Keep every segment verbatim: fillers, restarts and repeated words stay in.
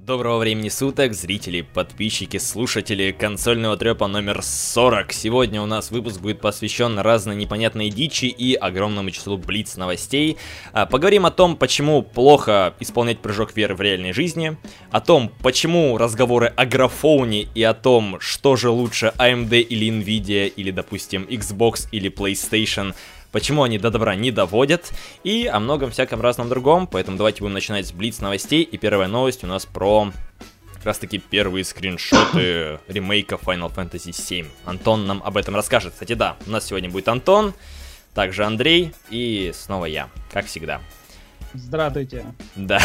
Доброго времени суток, зрители, подписчики, слушатели консольного трёпа номер сорок. Сегодня у нас выпуск будет посвящен разной непонятной дичи и огромному числу блиц новостей. Поговорим о том, почему плохо исполнять прыжок веры в реальной жизни, о том, почему разговоры о графоне и о том, что же лучше, эй эм ди или Nvidia, или, допустим, Xbox или PlayStation, почему они до добра не доводят, и о многом всяком разном другом. Поэтому давайте будем начинать с блиц новостей. И первая новость у нас про как раз таки первые скриншоты ремейка Final Fantasy семь. Антон нам об этом расскажет. Кстати, да, у нас сегодня будет Антон, также Андрей и снова я, как всегда. Здравствуйте. Да.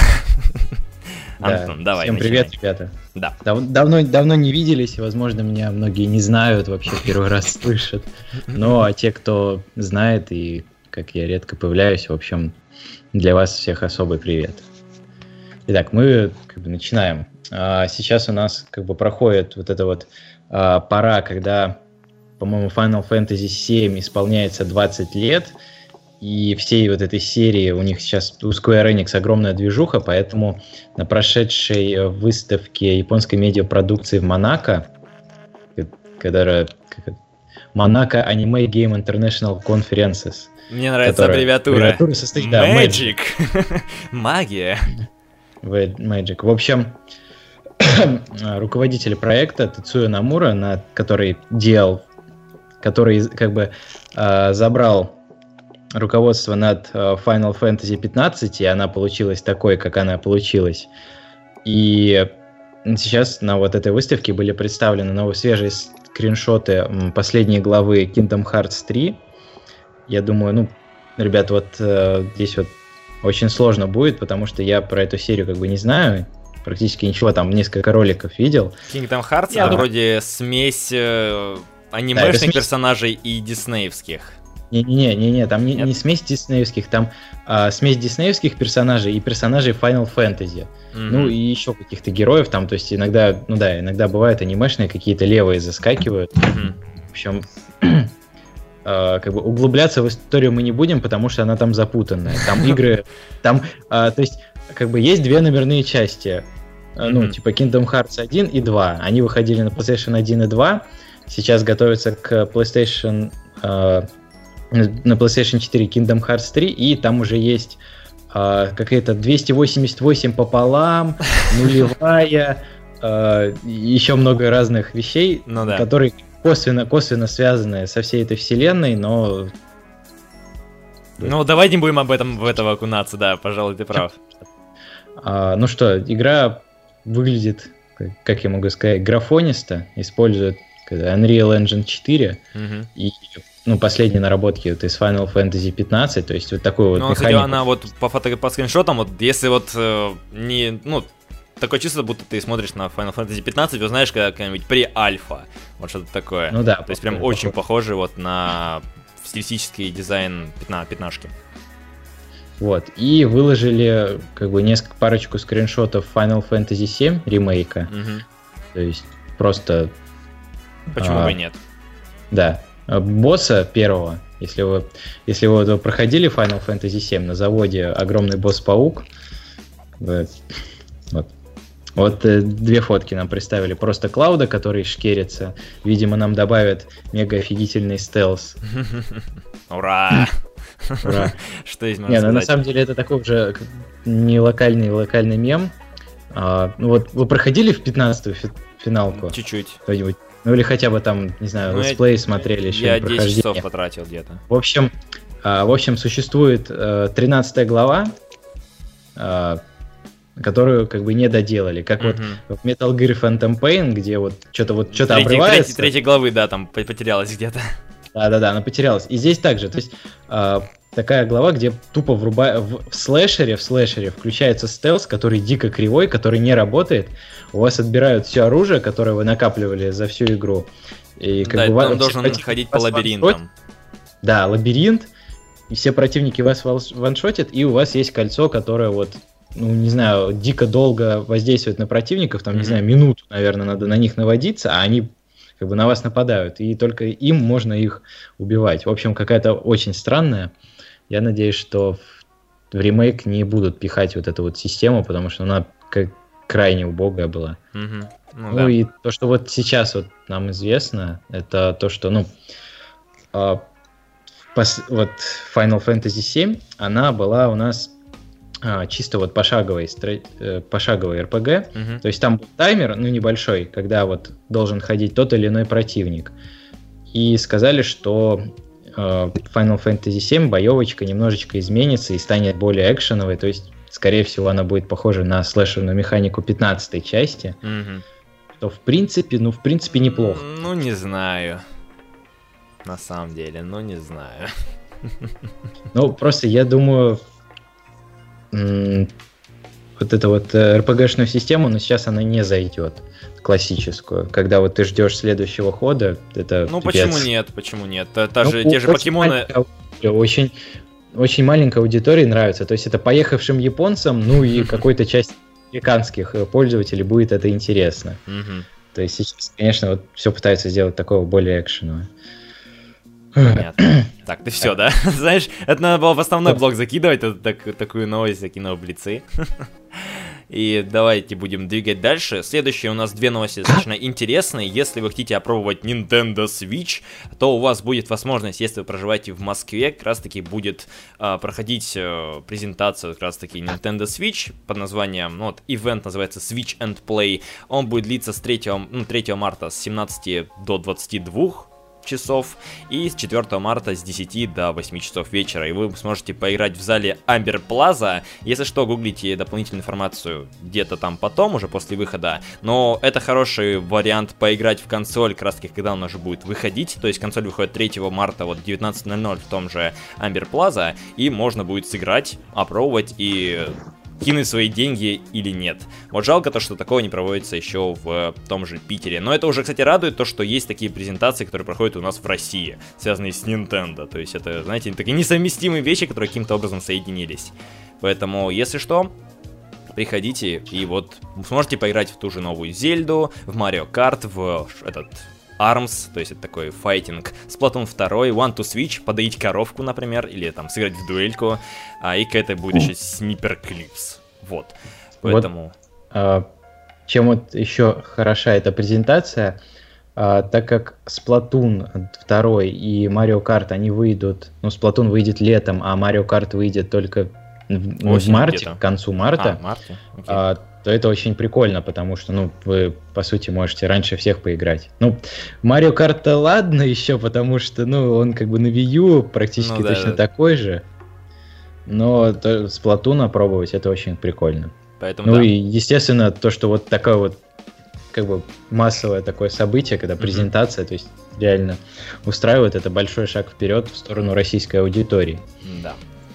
Да. Антон, давай. Всем начинай. привет, ребята. Да. Дав- давно, давно не виделись, и, возможно, меня многие не знают, вообще первый раз слышат. Но а те, кто знает, и как я редко появляюсь, в общем, для вас всех особый привет. Итак, мы как бы начинаем. А, сейчас у нас как бы проходит вот эта вот а, пора, когда, по-моему, Final Fantasy семь исполняется двадцать лет, и всей вот этой серии у них сейчас у Square Enix огромная движуха, поэтому на прошедшей выставке японской медиапродукции в Монако, которая Monaco Anime Game International Conferences. Мне нравится аббревиатура. Аббревиатура состоит, да, Magic. Магия. Magic. В общем, руководитель проекта Тецуя Номура, на который делал, который как бы э, забрал руководство над Final Fantasy пятнадцать, и она получилась такой, как она получилась. И сейчас на вот этой выставке были представлены новые свежие скриншоты последней главы Kingdom Hearts три. Я думаю, ну, ребят, вот э, здесь вот очень сложно будет, потому что я про эту серию как бы не знаю, практически ничего, там несколько роликов видел. Kingdom Hearts — это вроде смесь э, анимешных да, смесь... персонажей и диснеевских. Не-не-не, там не, не смесь диснеевских, там а, смесь диснеевских персонажей и персонажей Final Fantasy. Mm-hmm. Ну и еще каких-то героев там, то есть иногда, ну да, иногда бывают анимешные какие-то левые заскакивают. Mm-hmm. В общем, а, как бы углубляться в историю мы не будем, потому что она там запутанная. Там игры, там, а, то есть, как бы есть две номерные части, mm-hmm. ну типа Kingdom Hearts один и два. Они выходили на PlayStation один и два, сейчас готовятся к PlayStation... А, на PlayStation четыре Kingdom Hearts три, и там уже есть э, какая-то двести восемьдесят восемь пополам, нулевая, э, еще много разных вещей, ну, да. которые косвенно, косвенно связаны со всей этой вселенной, но... Ну, давай не будем об этом в этого окунаться, да, пожалуй, ты прав. А, ну что, игра выглядит, как я могу сказать, графонисто, использует Unreal Engine четыре, угу. и ну, последние наработки вот из Final Fantasy пятнадцать, то есть вот такой вот ну, кстати, она вот по фото, по скриншотам, вот если вот э, не, ну, такое чувство, будто ты смотришь на Final Fantasy пятнадцать, вы знаешь, какая-нибудь при-альфа, вот что-то такое. Ну да. То есть прям похоже. Очень похоже вот на стилистический дизайн пятна, пятнашки. Вот, и выложили как бы несколько, парочку скриншотов Final Fantasy семь ремейка, угу. то есть просто... Почему а, бы и нет? Да. Босса первого, если вы, если вы вот проходили Final Fantasy семь, на заводе огромный босс-паук. Вот, вот. вот две фотки нам представили. Просто Клауда, который шкерится. Видимо, нам добавят мега офигительный стелс. Ура! Ура! Что здесь можно не, сказать? Ну, на самом деле это такой уже не локальный локальный мем. А, ну вот вы проходили в пятнадцатую фи- финалку? Чуть-чуть. Кто-нибудь? Ну или хотя бы там, не знаю, ну, летсплей смотрели еще. Я десять часов потратил где-то. В общем, э, в общем, существует э, тринадцатая глава, э, которую как бы не доделали. Как mm-hmm. вот в Metal Gear Phantom Pain, где вот что-то вот что-то Третий, обрывается. Третьей, третьей главы, да, там потерялась где-то. Да-да-да, она потерялась. И здесь также, то есть э, такая глава, где тупо врубая в, в слэшере, в слэшере включается стелс, который дико кривой, который не работает. У вас отбирают все оружие, которое вы накапливали за всю игру. И как да, бы он должен ходить по лабиринтам. Да, лабиринт. И все противники вас ваншотят, и у вас есть кольцо, которое вот, ну, не знаю, дико долго воздействует на противников, там, mm-hmm. не знаю, минуту, наверное, надо на них наводиться, а они как бы на вас нападают, и только им можно их убивать. В общем, какая-то очень странная. Я надеюсь, что в ремейк не будут пихать вот эту вот систему, потому что она как крайне убогая была. Mm-hmm. Ну, ну да. и то, что вот сейчас вот нам известно, это то, что, ну, э, пос, вот Final Fantasy семь, она была у нас э, чисто вот пошаговой, э, пошаговой эр пи джи, Mm-hmm. то есть там был таймер, ну, небольшой, когда вот должен ходить тот или иной противник. И сказали, что э, Final Fantasy семь боевочка немножечко изменится и станет более экшеновой, то есть, скорее всего, она будет похожа на слэшерную механику пятнадцатой части. Mm-hmm. То в принципе, ну, в принципе, неплохо. Ну, не знаю. На самом деле, ну, не знаю. Ну, просто я думаю, м- вот эту вот эр пи джи-шную систему, но сейчас она не зайдет, классическую. Когда вот ты ждешь следующего хода, это Ну, пипец. почему нет, почему нет? Та Ну, же, те же очень покемоны... маленькая, очень, очень маленькой аудитории нравится. То есть это поехавшим японцам, ну и какой-то часть американских пользователей будет это интересно. Мгм. То есть сейчас, конечно, вот все пытаются сделать такого более экшенового. Понятно. Так, ты все, да? Знаешь, это надо было в основной блок закидывать, это так- такую новость закинул в блицы. И давайте будем двигать дальше. Следующие у нас две новости достаточно интересные. Если вы хотите опробовать Nintendo Switch, то у вас будет возможность, если вы проживаете в Москве, как раз таки будет а, проходить а, презентацию как раз таки Nintendo Switch под названием, ну вот, ивент называется Switch and Play. Он будет длиться с третьего, ну, третьего марта с семнадцати до двадцати двух часов и с четвёртого марта с десяти до восьми часов вечера, и вы сможете поиграть в зале Amber Plaza. Если что, гуглите дополнительную информацию где-то там потом, уже после выхода, но это хороший вариант поиграть в консоль, как раз таки, когда она уже будет выходить, то есть консоль выходит третьего марта, вот девятнадцать ноль ноль в том же Amber Plaza, и можно будет сыграть, опробовать и кинуть свои деньги или нет. Вот жалко то, что такого не проводится еще в том же Питере. Но это уже, кстати, радует то, что есть такие презентации, которые проходят у нас в России, связанные с Nintendo. То есть это, знаете, такие несовместимые вещи, которые каким-то образом соединились. Поэтому, если что, приходите и вот сможете поиграть в ту же новую Зельду, в Mario Kart, в этот... Arms, то есть это такой файтинг, Splatoon два, One to Switch, подоить коровку, например, или там сыграть в дуэльку, а, и к этой будет еще Sniper Clips. Вот, поэтому... Вот, а, чем вот еще хороша эта презентация, а, так как Splatoon два и Mario Kart, они выйдут, ну, Splatoon выйдет летом, а Mario Kart выйдет только в, в марте, к концу марта, а, марте? Okay. А, то это очень прикольно, потому что, ну, вы, по сути, можете раньше всех поиграть. Ну, Mario Kart-то ладно еще, потому что, ну, он как бы на Wii U практически ну, да, точно да. такой же, но то, Splatoon пробовать, это очень прикольно. Поэтому, ну да. и, естественно, то, что вот такое вот, как бы, массовое такое событие, когда презентация, mm-hmm. то есть реально устраивает, это большой шаг вперед в сторону российской аудитории. Да.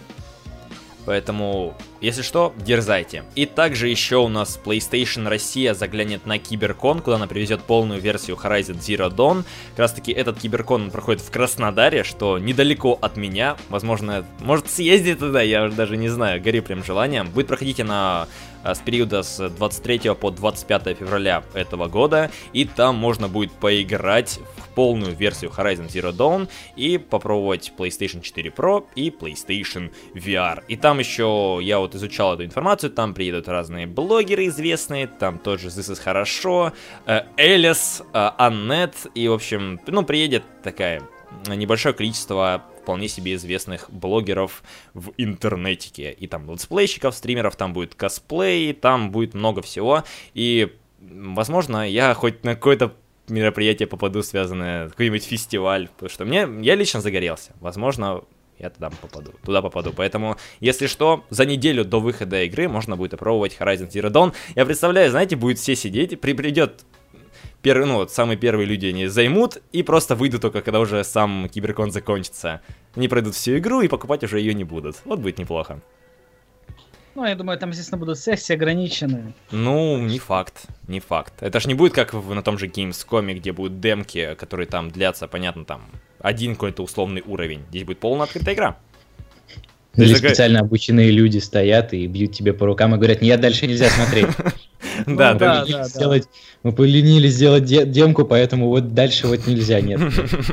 Поэтому, если что, дерзайте. И также еще у нас PlayStation Россия заглянет на Киберкон, куда она привезет полную версию Horizon Zero Dawn. Как раз таки этот Киберкон проходит в Краснодаре, что недалеко от меня. Возможно, может съездить туда, я уже даже не знаю, горю прям желанием. Будет проходить она с периода с двадцать третьего по двадцать пятое февраля этого года. И там можно будет поиграть в полную версию Horizon Zero Dawn и попробовать PlayStation четыре Pro и PlayStation ви ар. И там еще, я вот изучал эту информацию, там приедут разные блогеры известные, там тот же This is Хорошо, Элис, Аннет, и, в общем, ну, приедет такая небольшое количество вполне себе известных блогеров в интернетике. И там летсплейщиков, стримеров, там будет косплей, там будет много всего. И, возможно, я хоть на какое-то мероприятие попаду, связанное, какой-нибудь фестиваль, потому что мне, я лично загорелся. Возможно, я туда попаду, туда попаду. Поэтому, если что, за неделю до выхода игры можно будет опробовать Horizon Zero Dawn. Я представляю, знаете, будет все сидеть, при, придет первый, ну вот, самые первые люди они займут и просто выйдут только, когда уже сам Киберкон закончится. Они пройдут всю игру и покупать уже ее не будут. Вот будет неплохо. Ну, я думаю, там, естественно, будут сессии ограничены. Ну, не факт, не факт. Это ж не будет как в, на том же Gamescom, где будут демки, которые там длятся, понятно, там, один какой-то условный уровень. Здесь будет полная открытая игра. Или специально обученные люди стоят и бьют тебе по рукам и говорят, нет, дальше нельзя смотреть. Да, да, да. Мы поленились сделать демку, поэтому вот дальше вот нельзя, нет.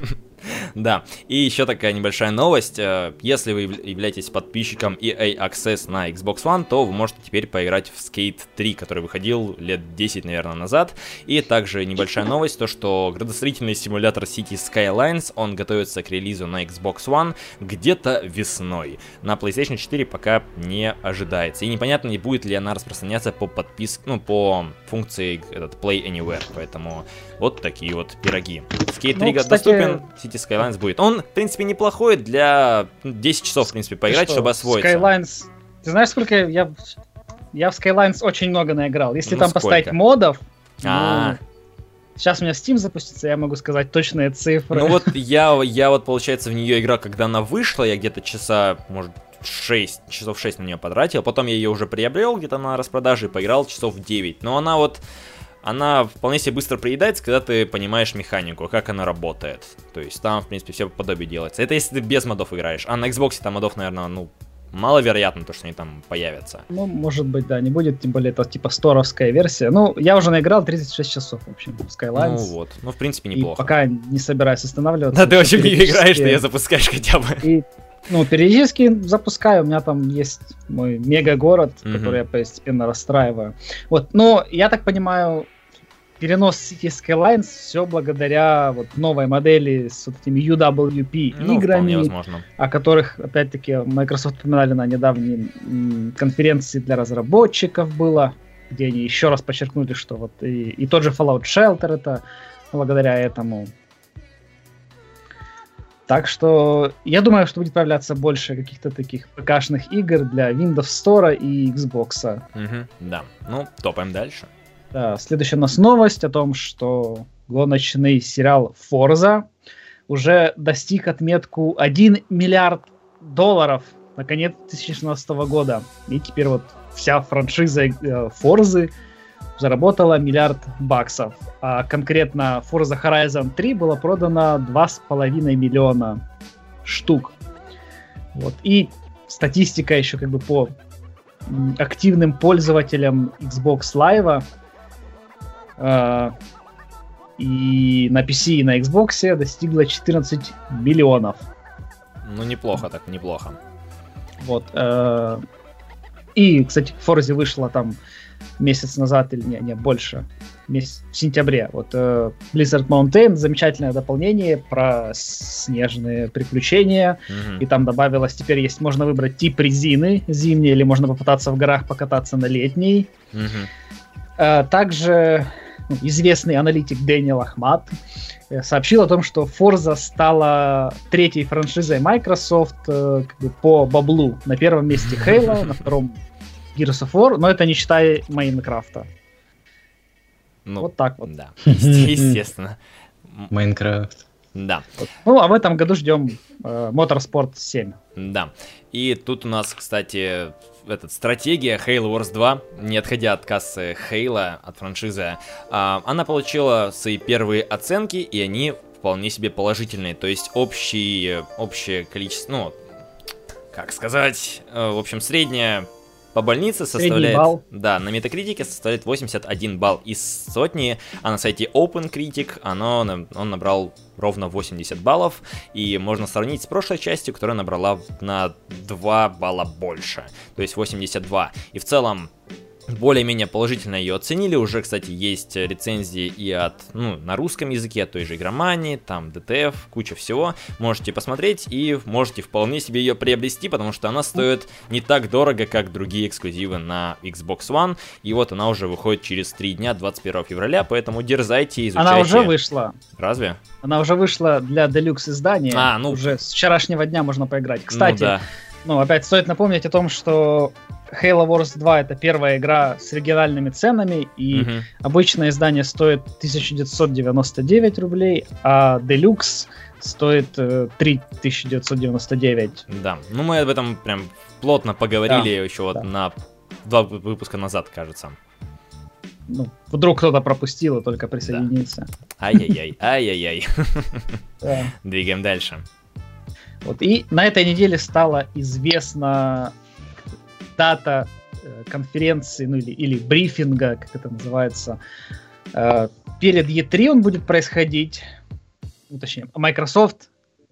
Да, и еще такая небольшая новость. Если вы являетесь подписчиком и эй Access на Xbox One, то вы можете теперь поиграть в Skate три, который выходил лет десять, наверное, назад. И также небольшая новость, то что градостроительный симулятор City Skylines, он готовится к релизу на Xbox One где-то весной. На PlayStation четыре пока не ожидается. И непонятно, не будет ли она распространяться по подписке, ну, по функции этот Play Anywhere. Поэтому вот такие вот пироги. Skate три ну, кстати... доступен, City Skylines будет. Он, в принципе, неплохой для десять часов, в принципе, поиграть, что, чтобы освоиться. Skylines... Ты знаешь, сколько я... Я в Skylines очень много наиграл. Если ну, там сколько? Поставить модов... А-а-а. Ну... Сейчас у меня Steam запустится, я могу сказать точные цифры. Ну вот я, я вот, получается, в нее играл, когда она вышла, я где-то часа, может, шесть, часов шесть на нее потратил. Потом я ее уже приобрел где-то на распродаже и поиграл часов девять. Но она вот... Она вполне себе быстро приедается, когда ты понимаешь механику, как она работает. То есть там, в принципе, все по подобию делается. Это если ты без модов играешь. А на Xbox там модов, наверное, ну, маловероятно, то, что они там появятся. Ну, может быть, да, не будет, тем более это типа сторовская версия. Ну, я уже наиграл тридцать шесть часов, в общем, в Skylines. Ну вот, ну, в принципе, неплохо. И пока не собираюсь останавливаться. Да, ты вообще в нее играешь, ты ее запускаешь хотя бы. И, ну, периодически запускаю, у меня там есть мой мега-город, mm-hmm. который я постепенно расстраиваю. Вот, но я так понимаю... Перенос City Skylines все благодаря вот новой модели с вот этими ю дабл ю пи ну, играми, возможно. О которых, опять-таки, Microsoft упоминали на недавней м, конференции для разработчиков было, где они еще раз подчеркнули, что вот и, и тот же Fallout Shelter это благодаря этому. Так что я думаю, что будет появляться больше каких-то таких ПК-шных игр для Windows Store и Xbox. Угу, да, ну, топаем дальше. Да, следующая у нас новость о том, что гоночный сериал Forza уже достиг отметку один миллиард долларов на конец две тысячи шестнадцатого года. И теперь вот вся франшиза э, Forza заработала миллиард баксов. А конкретно Forza Horizon три было продано два с половиной миллиона штук. Вот. И статистика еще как бы по м, активным пользователям Xbox Live Uh, и на пи си, и на Xbox достигла четырнадцать миллионов. Ну, неплохо так, неплохо. Вот. Uh, и, кстати, в Forza вышла там месяц назад, или не, не больше, месяц, в сентябре. Вот uh, Blizzard Mountain, замечательное дополнение про снежные приключения. Mm-hmm. И там добавилось, теперь есть, можно выбрать тип резины зимней, или можно попытаться в горах покататься на летней. Mm-hmm. Uh, также известный аналитик Дэниел Ахмат сообщил о том, что Forza стала третьей франшизой Microsoft uh, как бы по баблу. На первом месте Halo, на втором Gears of War, но это не считая Майнкрафта. Ну, вот так вот. Да, естественно. Майнкрафт. Да. Ну, а в этом году ждем э, Motorsport семь. Да. И тут у нас, кстати, этот, стратегия Halo Wars два, не отходя от кассы Halo, от франшизы, э, она получила свои первые оценки, и они вполне себе положительные. То есть общий, общее количество, ну, как сказать, э, в общем, среднее по больнице составляет... балл. Да, на Metacritic составляет восемьдесят один балл из сотни, а на сайте OpenCritic оно, он набрал ровно восемьдесят баллов, и можно сравнить с прошлой частью, которая набрала на два балла больше, то есть восемьдесят два. И в целом более-менее положительно ее оценили. Уже, кстати, есть рецензии и от, ну, на русском языке, от той же Игромании, там ди ти эф, куча всего. Можете посмотреть и можете вполне себе ее приобрести, потому что она стоит не так дорого, как другие эксклюзивы на Xbox One. И вот она уже выходит через три дня, двадцать первого февраля, поэтому дерзайте, изучайте. Она уже вышла. Разве? Она уже вышла для делюкс издания. А, ну... Уже с вчерашнего дня можно поиграть. Кстати, ну, да. ну, опять стоит напомнить о том, что Halo Wars два это первая игра с региональными ценами, и uh-huh. обычное издание стоит тысяча девятьсот девяносто девять рублей, а Deluxe стоит э, три тысячи девятьсот девяносто девять. Да, ну мы об этом прям плотно поговорили да, еще вот да. на два выпуска назад, кажется. Ну, вдруг кто-то пропустил и только присоединился. Да. Ай-яй-яй, ай-яй-яй. Да. Двигаем дальше. Вот, и на этой неделе стала известна дата э, конференции, ну или, или брифинга, как это называется. Э, перед и три он будет происходить, ну, точнее, Microsoft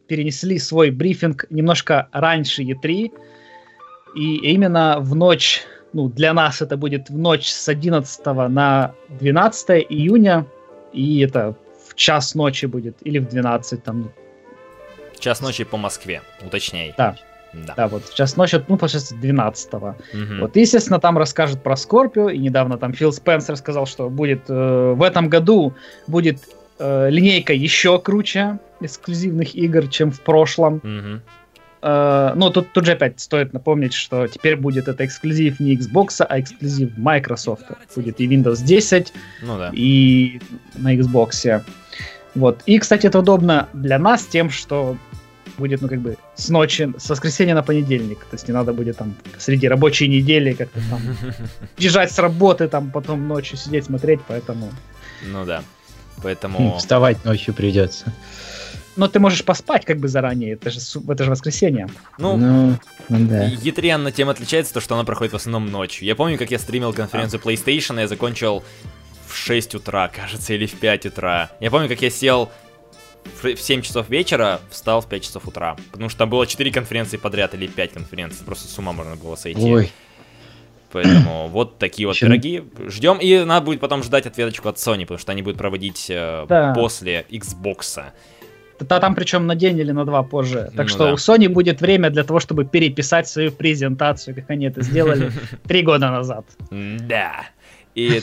перенесли свой брифинг немножко раньше и три, и именно в ночь, ну, для нас это будет в ночь с одиннадцатого на двенадцатое июня, и это в час ночи будет, или в двенадцать там. Час ночи по Москве, уточняй. Да. Да. Да, вот в час ночи, ну, получается, двенадцатого. Угу. Вот, естественно, там расскажут про Скорпио, и недавно там Фил Спенсер сказал, что будет э, в этом году будет э, линейка еще круче эксклюзивных игр, чем в прошлом. Угу. Э, ну, тут, тут же опять стоит напомнить, что теперь будет это эксклюзив не Xbox, а эксклюзив Microsoft. Будет и Windows десять, ну, да. и на Xbox. Вот. И, кстати, это удобно для нас тем, что будет, ну, как бы, с ночи, с воскресенья на понедельник. То есть не надо будет там среди рабочей недели как-то там бежать с работы, там потом ночью сидеть, смотреть, поэтому... Ну да, поэтому... Вставать ночью придется. Но ты можешь поспать как бы заранее, это же, это же воскресенье. Ну, ну да. и три она тем отличается, то, что она проходит в основном ночью. Я помню, как я стримил конференцию PlayStation, и я закончил в шесть утра, кажется, или в пять утра. Я помню, как я сел... в семь часов вечера, встал в пять часов утра. Потому что там было четыре конференции подряд или пять конференций. Просто с ума можно было сойти. Ой. Поэтому вот такие вот Чем... пироги. Ждем, и надо будет потом ждать ответочку от Sony, потому что они будут проводить э, да. после Xbox. Да, там причем на день или на два позже. Так ну, что да. у Sony будет время для того, чтобы переписать свою презентацию, как они это сделали три года назад. Да. И...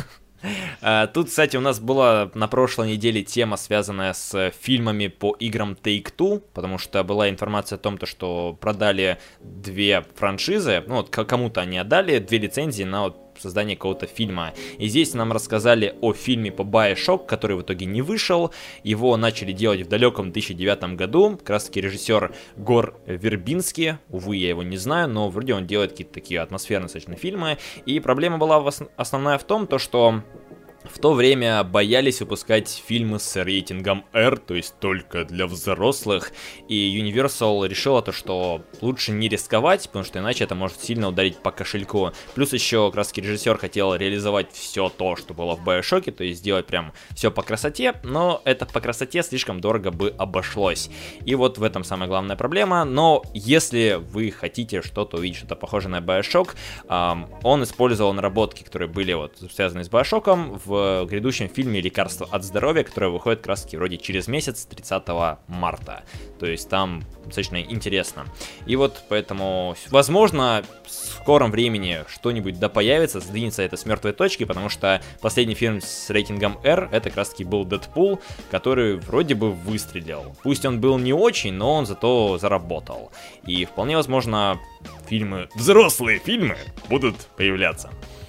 Тут, кстати, у нас была на прошлой неделе тема, связанная с фильмами по играм Take-Two, потому что была информация о том, что продали две франшизы, ну вот кому-то они отдали, две лицензии на вот создание какого-то фильма. И здесь нам рассказали о фильме по BioShock, который в итоге не вышел. Его начали делать в далеком две тысячи девятом году. Как раз таки режиссер Гор Вербински. Увы, я его не знаю, но вроде он делает какие-то такие атмосферные достаточно фильмы. И проблема была основная в том, то, что в то время боялись выпускать фильмы с рейтингом R, то есть только для взрослых, и Universal решила то, что лучше не рисковать, потому что иначе это может сильно ударить по кошельку. Плюс еще как раз режиссер хотел реализовать все то, что было в BioShock, то есть сделать прям все по красоте, но это по красоте слишком дорого бы обошлось. И вот в этом самая главная проблема, но если вы хотите что-то увидеть, что-то похожее на BioShock, эм, он использовал наработки, которые были вот связаны с BioShock'ом в в грядущем фильме «Лекарство от здоровья», которое выходит как раз таки вроде через месяц, тридцатого марта. То есть там достаточно интересно. И вот поэтому, возможно, в скором времени что-нибудь да появится, сдвинется это с мертвой точки, потому что последний фильм с рейтингом R, это как раз таки был «Дэдпул», который вроде бы выстрелил. Пусть он был не очень, но он зато заработал. И вполне возможно, фильмы, взрослые фильмы будут появляться.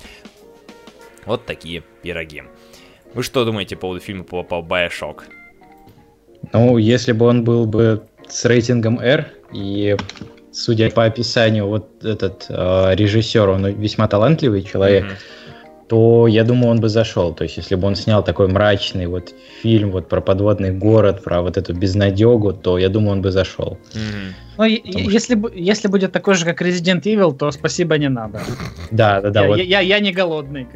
Вот такие пироги. Вы что думаете по поводу фильма по, по BioShock? Ну, если бы он был бы с рейтингом R, и, судя по описанию, вот этот э, режиссер, он весьма талантливый человек, mm-hmm. то, я думаю, он бы зашел. То есть, если бы он снял такой мрачный вот фильм вот про подводный город, про вот эту безнадегу, то, я думаю, он бы зашел. Mm-hmm. Ну, если, что... если будет такой же, как Resident Evil, то спасибо не надо. Да, да, да. Я, вот. я, я, я не голодный.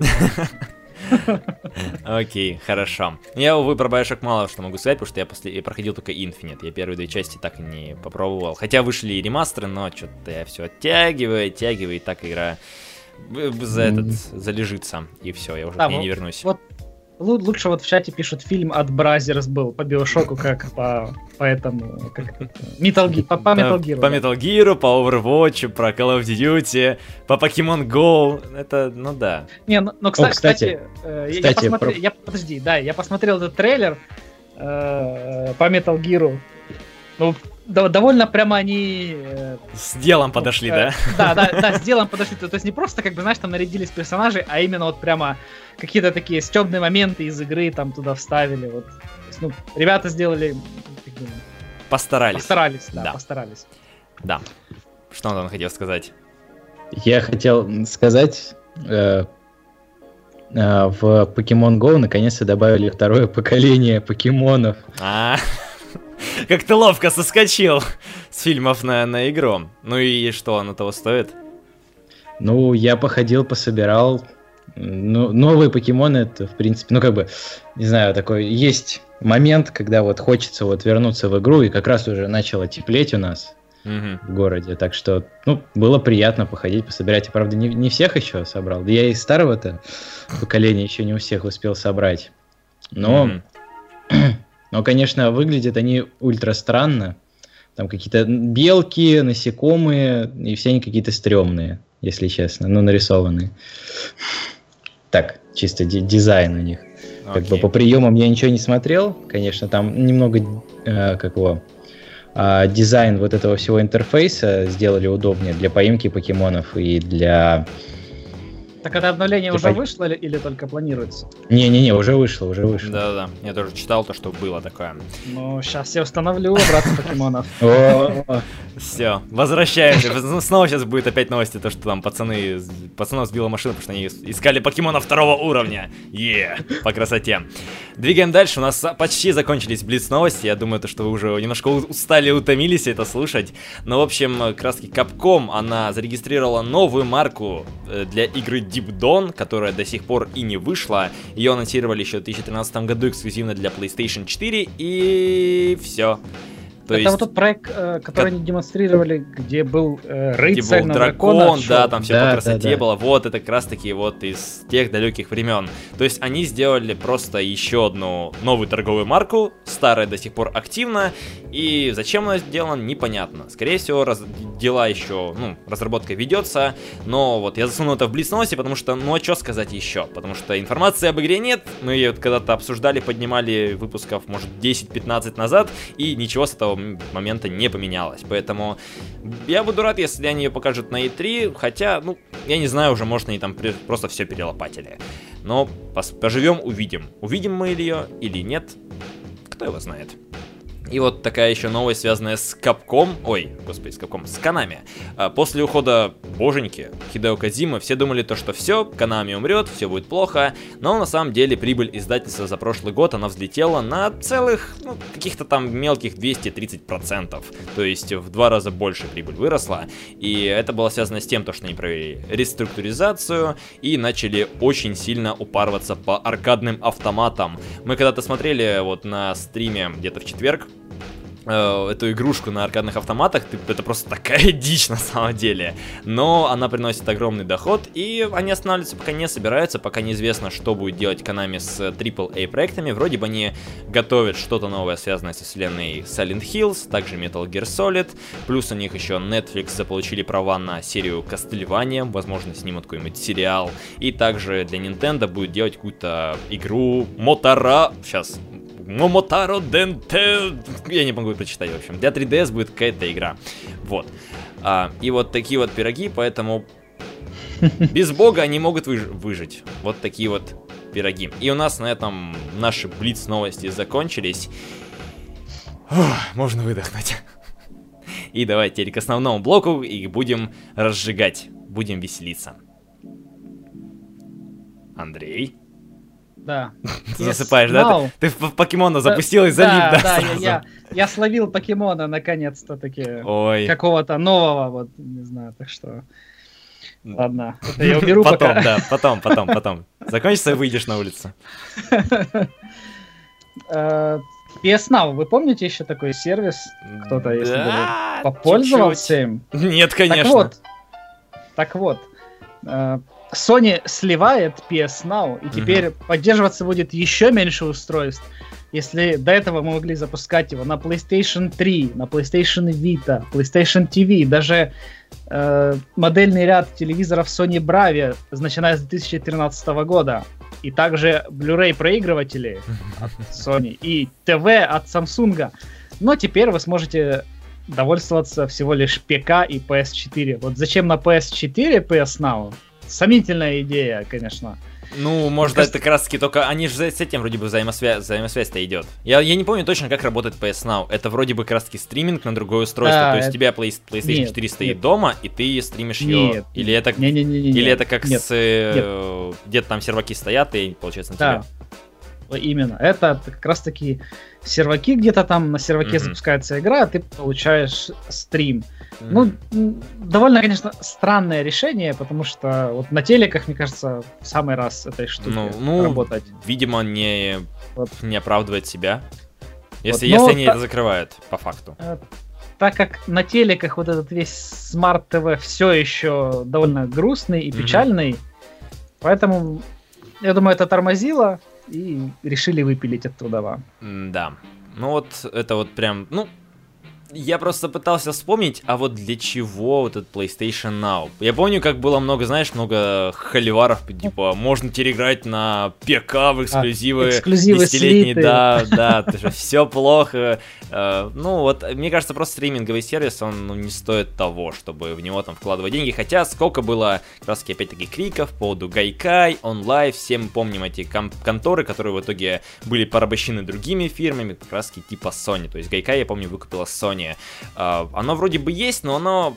Окей, хорошо. Я, увы, про BioShock мало что могу сказать, потому что я, после... я проходил только Infinite. Я первые две части так и не попробовал. Хотя вышли и ремастеры, но что-то я все оттягиваю, оттягиваю, и так игра за этот залежится. И все, я уже да, к ней вот, не вернусь. Вот лучше вот в чате пишут, фильм от Бразерс был по BioShock'у, как по, по этому, как Metal Gear, по, по Metal Gear. По, по Metal Gear, по Overwatch, про Call of Duty, по Pokemon Go, это, ну да. Не, ну, ну кстати, О, кстати, кстати, кстати я, посмотри, про... я, подожди, да, я посмотрел этот трейлер э, по Metal Gear, ну, да, довольно прямо они... Э, с делом подошли, э, да? Да, да, да, с делом подошли. То, то есть не просто, как бы, знаешь, там нарядились персонажи, а именно вот прямо какие-то такие стёбные моменты из игры там туда вставили. Вот. То есть, ну, ребята сделали... Постарались. Постарались, да, да, постарались. Да. Что он хотел сказать? Я хотел сказать... Э, э, в Pokemon Go наконец-то добавили второе поколение покемонов. А как ты ловко соскочил с фильмов на, на игру. Ну и что, оно того стоит? Ну, я походил, пособирал. Ну, новые покемоны, это, в принципе, ну, как бы, не знаю, такой, есть момент, когда вот хочется вот вернуться в игру, и как раз уже начало теплеть у нас Мгм. в городе, так что, ну, было приятно походить, пособирать. Я, правда, не, не всех еще собрал, да я и старого-то поколения еще не у всех успел собрать. Но, Мгм. но, конечно, выглядят они ультра странно. Там какие-то белки, насекомые, и все они какие-то стрёмные, если честно, ну, нарисованные. Так, чисто ди- дизайн у них. Как бы Окей. по приемам я ничего не смотрел, конечно, там немного э, как его, а, дизайн вот этого всего интерфейса сделали удобнее для поимки покемонов и для... Так это обновление Ты уже пой- вышло или, или только планируется? Не-не-не, уже вышло, уже вышло. Да-да-да, я тоже читал то, что было такое. Ну, сейчас я установлю обратно покемонов. О, Все, возвращаемся. Ну, снова сейчас будет опять новости, то, что там пацаны, пацанов сбила машина, потому что они искали покемона второго уровня. Е, по красоте. Двигаем дальше, у нас почти закончились блиц новости. Я думаю, то, что вы уже немножко устали и утомились это слушать. Но, в общем, как раз таки Capcom, она зарегистрировала новую марку э, для игры Deep Dawn, которая до сих пор и не вышла. Ее анонсировали еще в две тысячи тринадцатом году эксклюзивно для PlayStation четыре, и все. То это есть... вот тот проект, э, который они демонстрировали, где был э, рыцарь Где был на дракон, дракона. да, шел. там все Да, по да, красоте да. было. Вот это как раз таки вот из тех далеких времен. То есть они сделали просто еще одну новую торговую марку, старая до сих пор активна, и зачем она сделана, непонятно. Скорее всего, раз... дела еще, ну, разработка ведется, но вот я засунул это в блиц новости, потому что, ну, а что сказать еще? Потому что информации об игре нет, мы ее вот когда-то обсуждали, поднимали выпусков, может, десять-пятнадцать назад, и ничего с этого момента не поменялось. Поэтому я буду рад, если они ее покажут на и три, хотя, ну, я не знаю, уже, может, они там при- просто все перелопатили. Но пос- поживем, увидим. Увидим мы ее или нет, кто его знает. И вот такая еще новость, связанная с Capcom, ой, господи, с Capcom, с Konami. А, После ухода боженьки Хидео Кодзимы все думали то, что все, Konami умрет, все будет плохо, но на самом деле прибыль издательства за прошлый год, она взлетела на целых, ну, каких-то там мелких двести тридцать процентов, то есть в два раза больше прибыль выросла, и это было связано с тем, то, что они провели реструктуризацию и начали очень сильно упарываться по аркадным автоматам. Мы когда-то смотрели вот на стриме где-то в четверг эту игрушку на аркадных автоматах, это просто такая дичь на самом деле, но она приносит огромный доход, и они останавливаться пока не собираются, пока неизвестно, что будет делать Konami с трипл эй проектами. Вроде бы они готовят что-то новое, связанное со вселенной Silent Hills, также Metal Gear Solid, плюс у них еще Netflix заполучили права на серию Castlevania, возможно, снимут какой-нибудь сериал, и также для Nintendo будет делать какую-то игру Мотора, сейчас... Момотаро Денте... Я не могу прочитать, в общем. Для три ди эс будет какая-то игра. Вот. А, и вот такие вот пироги, поэтому... Без бога они могут выж- выжить. Вот такие вот пироги. И у нас на этом наши блиц новости закончились. Ух, можно выдохнуть. И давайте теперь к основному блоку и будем разжигать. Будем веселиться. Андрей? Да. Ты засыпаешь, да? Знал. Ты, ты в покемона запустил и залип, да? Да, да, я, сразу? я, я словил покемона наконец-то таки. Ой. Какого-то нового, вот, не знаю, так что... Ладно, это я уберу Потом, пока. да, потом, потом, потом. Закончится и выйдешь на улицу. Э, пи эс Now, вы помните еще такой сервис? Кто-то, если Да, бы попользовался им? чуть-чуть. Нет, конечно. Так вот, так вот, э, Sony сливает пи эс Now, и теперь поддерживаться будет еще меньше устройств. Если до этого мы могли запускать его на PlayStation три, на PlayStation Vita, PlayStation ти ви, даже э, модельный ряд телевизоров Sony Bravia, начиная с две тысячи тринадцатого года, и также Blu-ray проигрыватели от Sony и ТВ от Samsung. Но теперь вы сможете довольствоваться всего лишь пи си и пи эс четыре. Вот зачем на пи эс четыре пи эс Now? Сомнительная идея, конечно. Ну, может, Кажется... это как раз таки только они же с этим вроде бы взаимосвязь, взаимосвязь-то идет. Я, я не помню точно, как работает пи эс Now. Это вроде бы как раз таки стриминг на другое устройство. Да, То есть это... у тебя Play, PlayStation нет, четыре стоит нет. дома, и ты стримишь нет, ее. Или это, не, не, не, не, или нет, это как нет, с э, где-то там серваки стоят, и получается на да. тебя. Именно. Это как раз-таки серваки, где-то там на серваке mm-hmm. запускается игра, а ты получаешь стрим. Mm-hmm. Ну, довольно, конечно, странное решение, потому что вот на телеках, мне кажется, в самый раз этой штуки ну, ну, работать. Видимо, не, вот. не оправдывает себя, если, вот, если они та... это закрывают, по факту. Так как на телеках вот этот весь смарт-ТВ все еще довольно грустный и печальный, mm-hmm. поэтому, я думаю, это тормозило, и решили выпилить оттуда. Да. Ну вот это вот прям, ну, я просто пытался вспомнить, а вот для чего вот этот PlayStation Now? Я помню, как было много, знаешь, много холиваров, типа, можно теперь играть на ПК в эксклюзивы, а, эксклюзивы десятилетние, да, да, все плохо. Ну вот, мне кажется, просто стриминговый сервис, он ну, не стоит того, чтобы в него там вкладывать деньги, хотя сколько было, как раз таки, опять-таки, криков по поводу Гайкай, OnLive, все мы помним эти ком- конторы, которые в итоге были порабощены другими фирмами, как раз таки типа Sony, то есть Гайкай, я помню, выкупила Sony. Uh, оно вроде бы есть, но оно,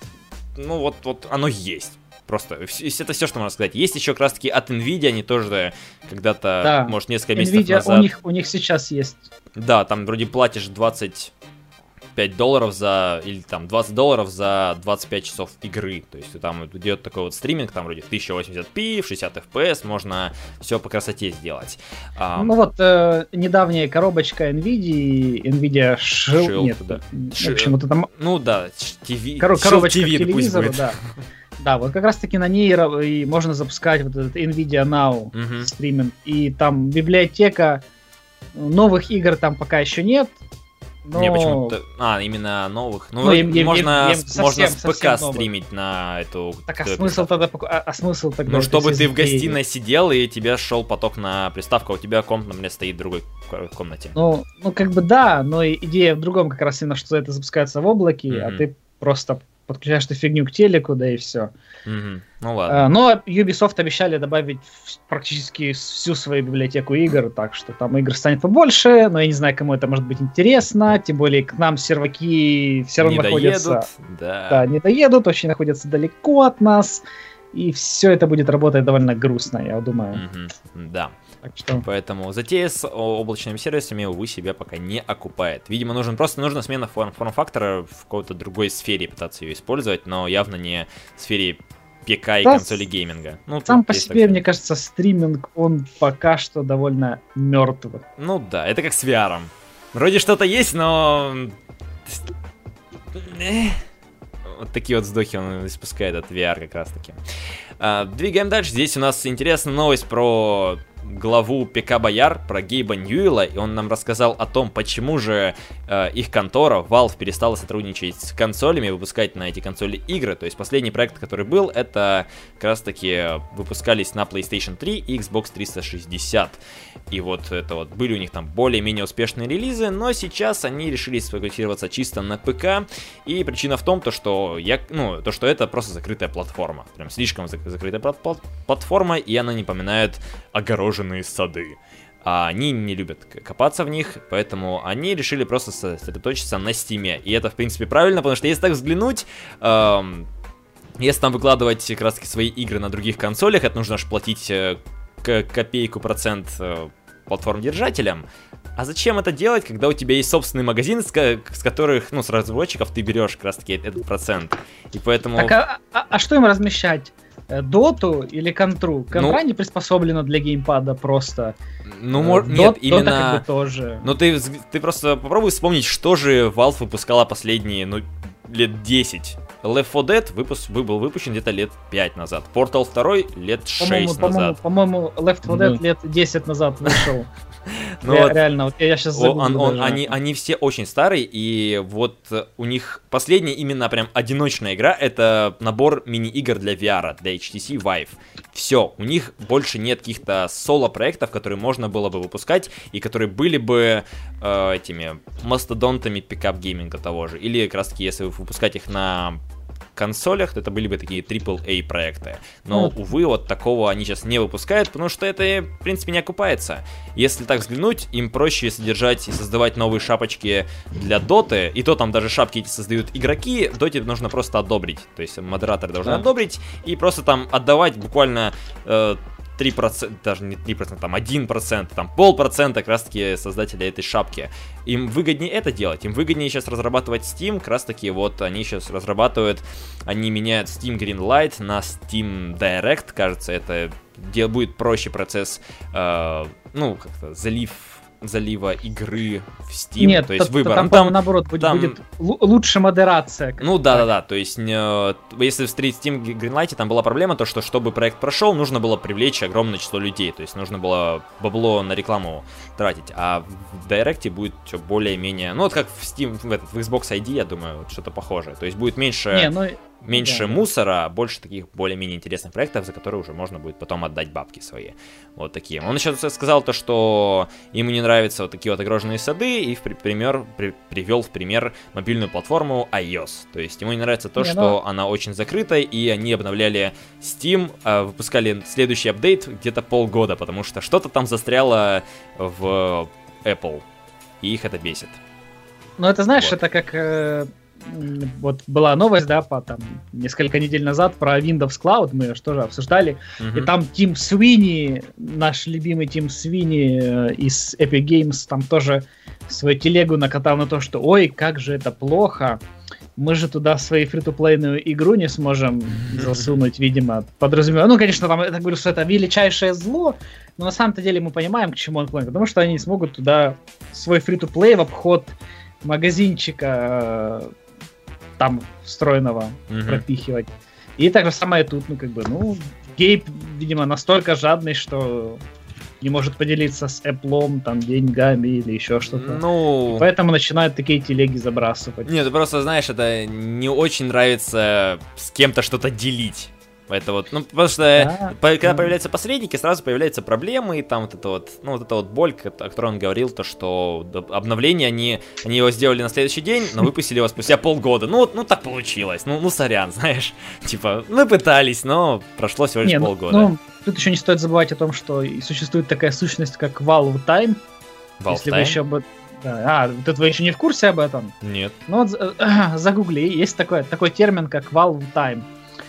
ну вот, вот оно есть. Просто, это все, что можно сказать. Есть еще как раз таки от Nvidia, они тоже когда-то, да. может, несколько месяцев Nvidia, назад. У них, у них сейчас есть. Да, там вроде платишь двадцать пять долларов за, или там двадцать долларов за двадцать пять часов игры. То есть там идет такой вот стриминг, там вроде тысяча восемьдесят пи, шестьдесят эф пи эс, можно все по красоте сделать. А... Ну вот, э, недавняя коробочка Nvidia, Nvidia Shield, Shield, нет, да. в общем, вот там... Ну да, ти ви, Кор- коробочка ти ви, к телевизору, да. Да, вот как раз таки на ней и можно запускать вот этот Nvidia Now uh-huh. стриминг, и там библиотека новых игр там пока еще нет. Но... Не, почему-то... А, именно новых. Ну, ну им, им, можно, им, им совсем, можно с ПК новых. Стримить на эту... Так, а смысл тогда... А, а смысл тогда... Ну, чтобы ты в гостиной сидел, и тебя шел поток на приставку, а у тебя комп, например, стоит в другой комнате. Ну, ну, как бы да, но идея в другом как раз именно, что это запускается в облаке, mm-hmm. а ты просто подключаешь эту фигню к телеку, да и все. Mm-hmm. Ну ладно. А, но Ubisoft обещали добавить практически всю свою библиотеку игр, так что там игр станет побольше, но я не знаю, кому это может быть интересно, тем более к нам серваки все равно не находятся... доедут, да. Да, не доедут, очень находятся далеко от нас, и все это будет работать довольно грустно, я думаю. Mm-hmm. Да. Так что... Поэтому затея с облачными сервисами, увы, себя пока не окупает. Видимо, нужен просто нужна смена форм- форм-фактора в какой-то другой сфере, пытаться ее использовать, но явно не в сфере ПК и да, консоли гейминга. Ну, сам по себе, мне кажется, стриминг, он пока что довольно мертв. Ну да, это как с ви ар. Вроде что-то есть, но... Вот такие вот вздохи он испускает от ви ар как раз таки. А, двигаем дальше. Здесь у нас интересная новость про главу ПК Бояр, про Гейба Ньюэлла, и он нам рассказал о том, почему же э, их контора, Valve, перестала сотрудничать с консолями, выпускать на эти консоли игры. То есть последний проект, который был, это как раз таки выпускались на PlayStation три и Xbox триста шестьдесят. И вот это вот были у них там более-менее успешные релизы, но сейчас они решили сфокусироваться чисто на ПК. И причина в том, то, что, я, ну, то, что это просто закрытая платформа. Прям слишком зак- закрытая плат- платформа, и она напоминает огороженные сады. А они не любят копаться в них, поэтому они решили просто сосредоточиться на Steam. И это, в принципе, правильно, потому что если так взглянуть... Эм, если там выкладывать как раз таки свои игры на других консолях, это нужно аж платить э, к- копейку процент э, платформ-держателям. А зачем это делать, когда у тебя есть собственный магазин, с, ко- с которых, ну, с разработчиков ты берешь как раз таки этот процент. И поэтому... Так, а, а, а что им размещать? Доту или контру? Контра ну, не приспособлена для геймпада просто. Ну, мор... Dot, нет, Dota именно... как бы тоже. Ну, ты, ты просто попробуй вспомнить, что же Valve выпускала последние, ну, лет десять. Left four Dead выпуск, был выпущен где-то лет пять назад. Portal два лет шесть назад. По-моему, Left four Dead лет десять назад вышел. Ну Ре- вот, реально, вот я сейчас загуглю он, он, даже. они, они все очень старые, и вот у них последняя именно прям одиночная игра — это набор мини-игр для ви ар, для эйч ти си Vive. Все, у них больше нет каких-то соло-проектов, которые можно было бы выпускать, и которые были бы э, этими мастодонтами пикап-гейминга того же. Или как раз таки, если выпускать их на консолях, то это были бы такие трипл эй проекты. Но, ну, увы, вот такого они сейчас не выпускают, потому что это, в принципе, не окупается. Если так взглянуть, им проще содержать и создавать новые шапочки для доты, и то там даже шапки эти создают игроки, в доте нужно просто одобрить. То есть модераторы должны да. одобрить, и просто там отдавать буквально... Э, три процента, даже не три процента, там один процент, там полпроцента как раз-таки создатели этой шапки. Им выгоднее это делать, им выгоднее сейчас разрабатывать Steam, как раз-таки вот они сейчас разрабатывают, они меняют Steam Greenlight на Steam Direct, кажется, это где будет проще процесс, э, ну, как-то залив... залива игры в Steam, Нет, то есть то, выбор. Там, ну, там наоборот, будет, там... будет лучше модерация. Ну да-да-да, то есть э, если в Steam Greenlight там была проблема, то что чтобы проект прошел, нужно было привлечь огромное число людей, то есть нужно было бабло на рекламу тратить, а в Direct будет все более-менее, ну вот как в Steam, в, этот, в Xbox ай ди, я думаю, вот что-то похожее, то есть будет меньше... Не, ну... Меньше да, мусора, а больше таких более-менее интересных проектов, за которые уже можно будет потом отдать бабки свои. Вот такие. Он еще сказал то, что ему не нравятся вот такие вот огороженные сады, и в пример, при, привел в пример мобильную платформу iOS. То есть ему не нравится то, не, что но... она очень закрытая, и они обновляли Steam, выпускали следующий апдейт где-то полгода, потому что что-то там застряло в Apple, и их это бесит. Ну это знаешь, вот. Это как... Э... Вот была новость, да, по там несколько недель назад про Windows Cloud, мы же тоже обсуждали, uh-huh. и там Тим Свини, наш любимый Тим Свини э, из Epic Games, там тоже свою телегу накатал на то, что ой, как же это плохо, мы же туда свою фри-то-плейную игру не сможем засунуть, видимо, подразумеваю. Ну, конечно, там, я говорю, что это величайшее зло, но на самом-то деле мы понимаем, к чему он клонит, потому что они смогут туда свой фри-то-плей в обход магазинчика э, там встроенного uh-huh. пропихивать. И так же самое тут, ну, как бы, ну, Гейб, видимо, настолько жадный, что не может поделиться с Apple, там, деньгами или еще что-то. Ну... И поэтому начинают такие телеги забрасывать. Нет, ты просто знаешь, это не очень нравится с кем-то что-то делить. Это вот, ну, потому что да, по, когда да. появляются посредники, сразу появляются проблемы, и там вот это вот, ну, вот эта вот боль, о которой он говорил, то, что обновление, они, они его сделали на следующий день, но выпустили его спустя полгода. Ну, вот, ну, так получилось, ну, ну, сорян, знаешь, типа, мы пытались, но прошло всего лишь Не, полгода. Ну, тут еще не стоит забывать о том, что существует такая сущность, как Valve Time. Valve если Time? вы еще об... да. А, тут вы еще не в курсе об этом? Нет. Ну, вот э, загугли, есть такой, такой термин, как Valve Time.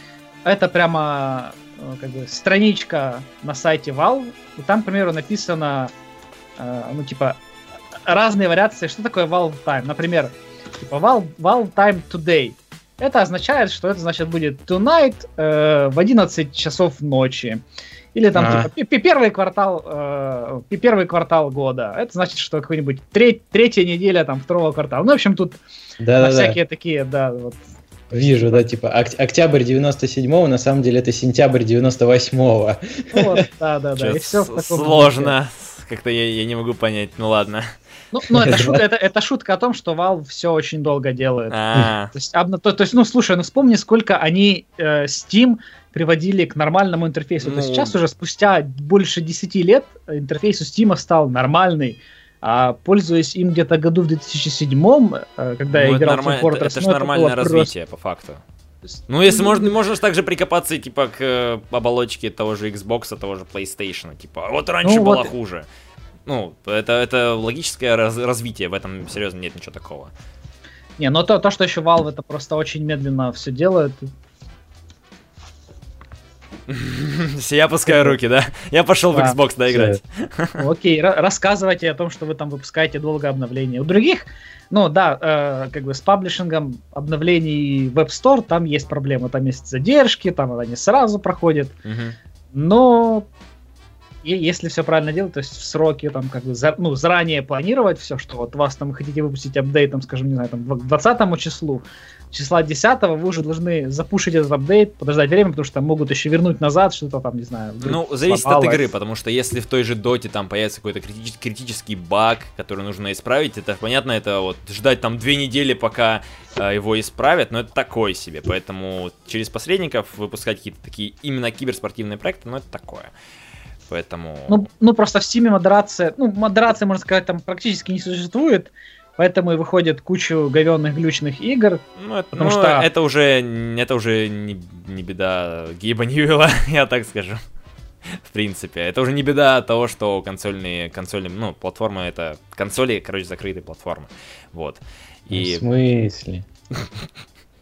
Это прямо как бы страничка на сайте Valve, и там, к примеру, написано, э, ну, типа, разные вариации, что такое Valve Time. Например, типа, Valve, Valve Time Today. Это означает, что это, значит, будет tonight э, в одиннадцать часов ночи. Или там, а. типа, первый квартал, э, первый квартал года. Это значит, что какой-нибудь треть, третья неделя там второго квартала. Ну, в общем, тут да, всякие да. такие, да, вот. Вижу, да, типа октябрь девяносто седьмого, на самом деле это сентябрь девяносто восьмого. Вот, да, да, да. И все сложно. Как-то я, я не могу понять, ну ладно. Ну, ну это, шут, это, это шутка о том, что Valve все очень долго делает. То есть, то, то есть, ну, слушай, ну вспомни, сколько они э, Steam приводили к нормальному интерфейсу. Ну... То есть сейчас уже спустя больше десяти лет интерфейс у Steam стал нормальный. А пользуясь им где-то году в две тысячи седьмом, когда ну, я играл в Team Fortress... Это, это же ну, нормальное это развитие, просто... по факту. Ну, если можно, можно же также прикопаться, типа, к э, оболочке того же Xbox, того же PlayStation. Типа, вот раньше ну, было вот... хуже. Ну, это, это логическое раз, развитие, в этом серьезно нет ничего такого. Не, но то, то, что еще Valve, это просто очень медленно все делает. Я опускаю руки, да? Я пошел в Xbox доиграть. Окей, рассказывайте о том, что вы там выпускаете долго обновления. У других, ну да, как бы с паблишингом обновлений в App Store там есть проблемы, там есть задержки, там они сразу проходят. Но если все правильно делать, то есть в сроки там как бы ну, заранее планировать все, что вот вас там хотите выпустить апдейт, там, скажем, не знаю, там к двадцатому числу, числа десятого вы уже должны запушить этот апдейт, подождать время, потому что там могут еще вернуть назад, что-то там, не знаю. Ну, зависит сломалось. От игры, потому что если в той же доте там появится какой-то крити- критический баг, который нужно исправить, это понятно, это вот ждать там две недели, пока э, его исправят, но это такое себе, поэтому через посредников выпускать какие-то такие именно киберспортивные проекты, ну это такое. Поэтому... Ну, ну, просто в Steam модерация, ну, модерация, можно сказать, там практически не существует, поэтому и выходит кучу говенных глючных игр. Ну, это, потому ну, что... это уже, это уже не, не беда Гейба Ньюэлла, я так скажу. В принципе, это уже не беда того, что консольные, консольные, ну, платформы это консоли, короче, закрытые платформы. Вот. И... В смысле?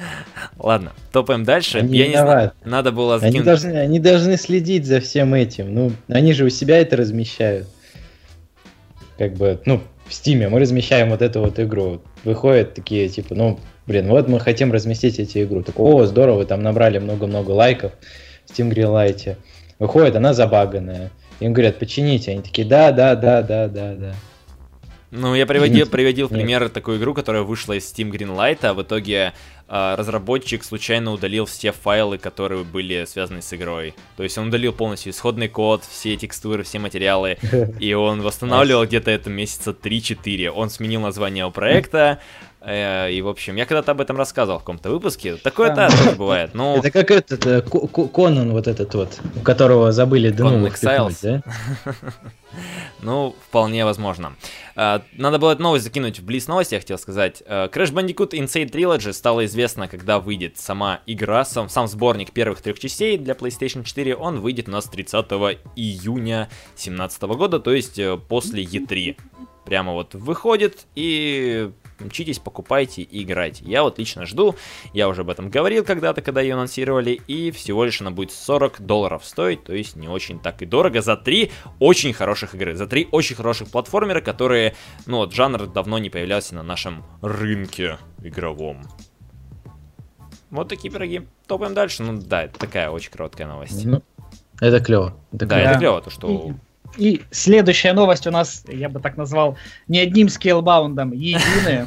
Ладно, топаем дальше. Они Я не знаю, надо было закинуть... Они должны, они должны следить за всем этим. Ну, они же у себя это размещают. Как бы, ну, в Стиме мы размещаем вот эту вот игру. Выходят такие, типа, ну, блин, вот мы хотим разместить эти игру. Так, о, здорово, вы там набрали много-много лайков в Steam Greenlight. Выходит, она забаганная. Им говорят, почините. Они такие, да, да, да, да, да, да. Ну, я приводил, приводил в пример такую игру, которая вышла из Steam Greenlight, а в итоге э, разработчик случайно удалил все файлы, которые были связаны с игрой. То есть он удалил полностью исходный код, все текстуры, все материалы, и он восстанавливал где-то это месяца три-четыре. Он сменил название у проекта, э, и, в общем, я когда-то об этом рассказывал в каком-то выпуске. Такое-то тоже бывает. Но... Это как этот, Конан вот этот вот, у которого забыли Denuvo впихнуть, да? Ну, вполне возможно. Надо было эту новость закинуть в Блиц новости, я хотел сказать. Crash Bandicoot Insane Trilogy стало известно, когда выйдет сама игра, сам, сам сборник первых трех частей для PlayStation четыре. Он выйдет у нас тридцатого июня две тысячи семнадцатого года, то есть после и три. Прямо вот выходит, и мчитесь, покупайте и играйте. Я вот лично жду, я уже об этом говорил когда-то, когда ее анонсировали, и всего лишь она будет сорок долларов стоить, то есть не очень так и дорого за три очень хороших игры, за три очень хороших платформера, которые, ну вот, жанр давно не появлялся на нашем рынке игровом. Вот такие пироги. Топаем дальше. Ну да, это такая очень короткая новость. Ну, это клево. Это да, клево. это клево, то что... И следующая новость у нас, я бы так назвал, не одним скейлбаундом, единая.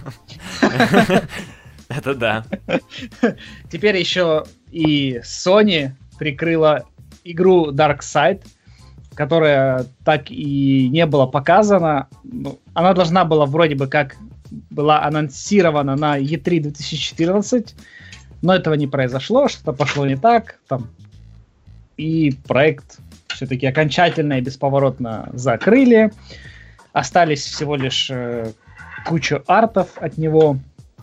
Это да. Теперь еще и Sony прикрыла игру Darkseid, которая так и не была показана. Она должна была вроде бы как была анонсирована на и три две тысячи четырнадцать, но этого не произошло, что-то пошло не так. Там. И проект все-таки окончательно и бесповоротно закрыли. Остались всего лишь э, кучу артов от него.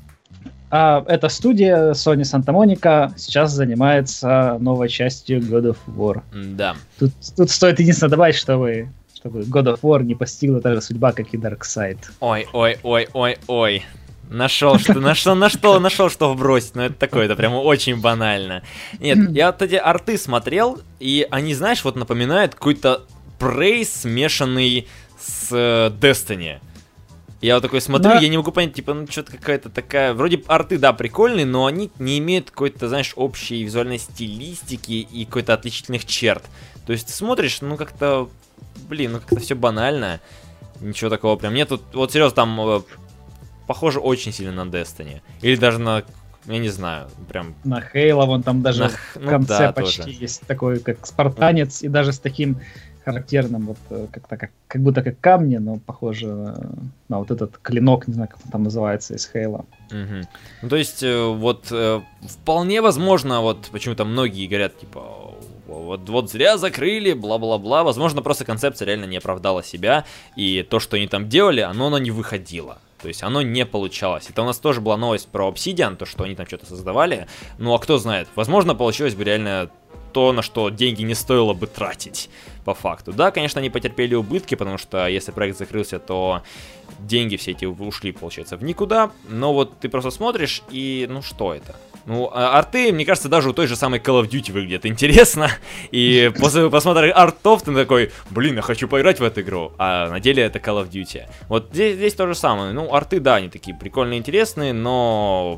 А эта студия Sony Santa Monica сейчас занимается новой частью God of War. Да. Тут, тут стоит единственное добавить, чтобы, чтобы God of War не постигла та же судьба, как и Darkseid. Ой, ой, ой, ой, ой. Нашел, что, нашел, нашел, нашел, что вбросить, но это такое, это прямо очень банально. Нет, я вот эти арты смотрел, и они, знаешь, вот напоминают какой-то Prey, смешанный с Destiny. Я вот такой смотрю, да. Я не могу понять, типа, ну что-то какая-то такая... Вроде арты, да, прикольные, но они не имеют какой-то, знаешь, общей визуальной стилистики и какой-то отличительных черт. То есть ты смотришь, ну как-то, блин, ну как-то все банально. Ничего такого прям нет. Тут, вот серьезно, там... Похоже очень сильно на Destiny. Или даже на, я не знаю, прям... На Halo, вон там даже на... в ну, конце да, почти тоже. Есть такой, как спартанец, и даже с таким характерным, вот как-то как, как будто как камни, но похоже на, на вот этот клинок, не знаю, как он там называется, из Halo. Угу. Ну, то есть, вот, вполне возможно, вот, почему-то многие говорят, типа... Вот, вот зря закрыли, бла-бла-бла. Возможно, просто концепция реально не оправдала себя. И то, что они там делали, оно, оно не выходило. То есть оно не получалось. Это у нас тоже была новость про Obsidian, то, что они там что-то создавали. Ну а кто знает, возможно, получилось бы реально то, на что деньги не стоило бы тратить, по факту. Да, конечно, они потерпели убытки, потому что если проект закрылся, то деньги все эти ушли, получается, в никуда. Но вот ты просто смотришь и, ну что это? Ну, арты, мне кажется, даже у той же самой Call of Duty выглядят интересно. И после просмотра артов ты такой, блин, я хочу поиграть в эту игру. А на деле это Call of Duty. Вот здесь, здесь то же самое. Ну, арты, да, они такие прикольные, интересные, но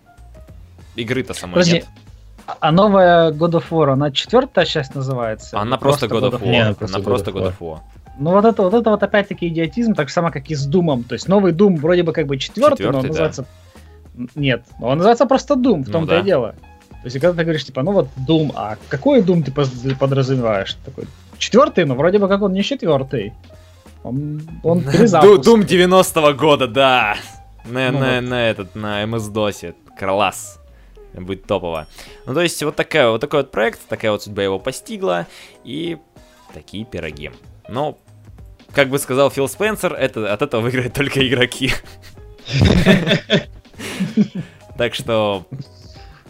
игры-то самой Подожди. Нет. А новая God of War, она четвертая часть называется? Она просто God of War. Нет, она просто, просто God God of War. Ну вот это вот это вот опять-таки идиотизм, так же самое, как и с Думом. То есть новый Дум вроде бы как бы четвертый, но он да. называется... Нет, он называется просто Doom, в том-то ну, да. и дело. То есть, когда ты говоришь, типа, ну вот Doom, а какой Doom ты подразумеваешь? Такой, четвертый, но вроде бы как он не четвертый. Он, он перезапуск. Doom девяностого года, да. На, ну, на, вот. на этот, на эм эс-досе. Класс. Будет топово. Ну, то есть, вот, такая, вот такой вот проект, такая вот судьба его постигла. И такие пироги. Но, как бы сказал Фил Спенсер, это, от этого выиграют только игроки. Так что,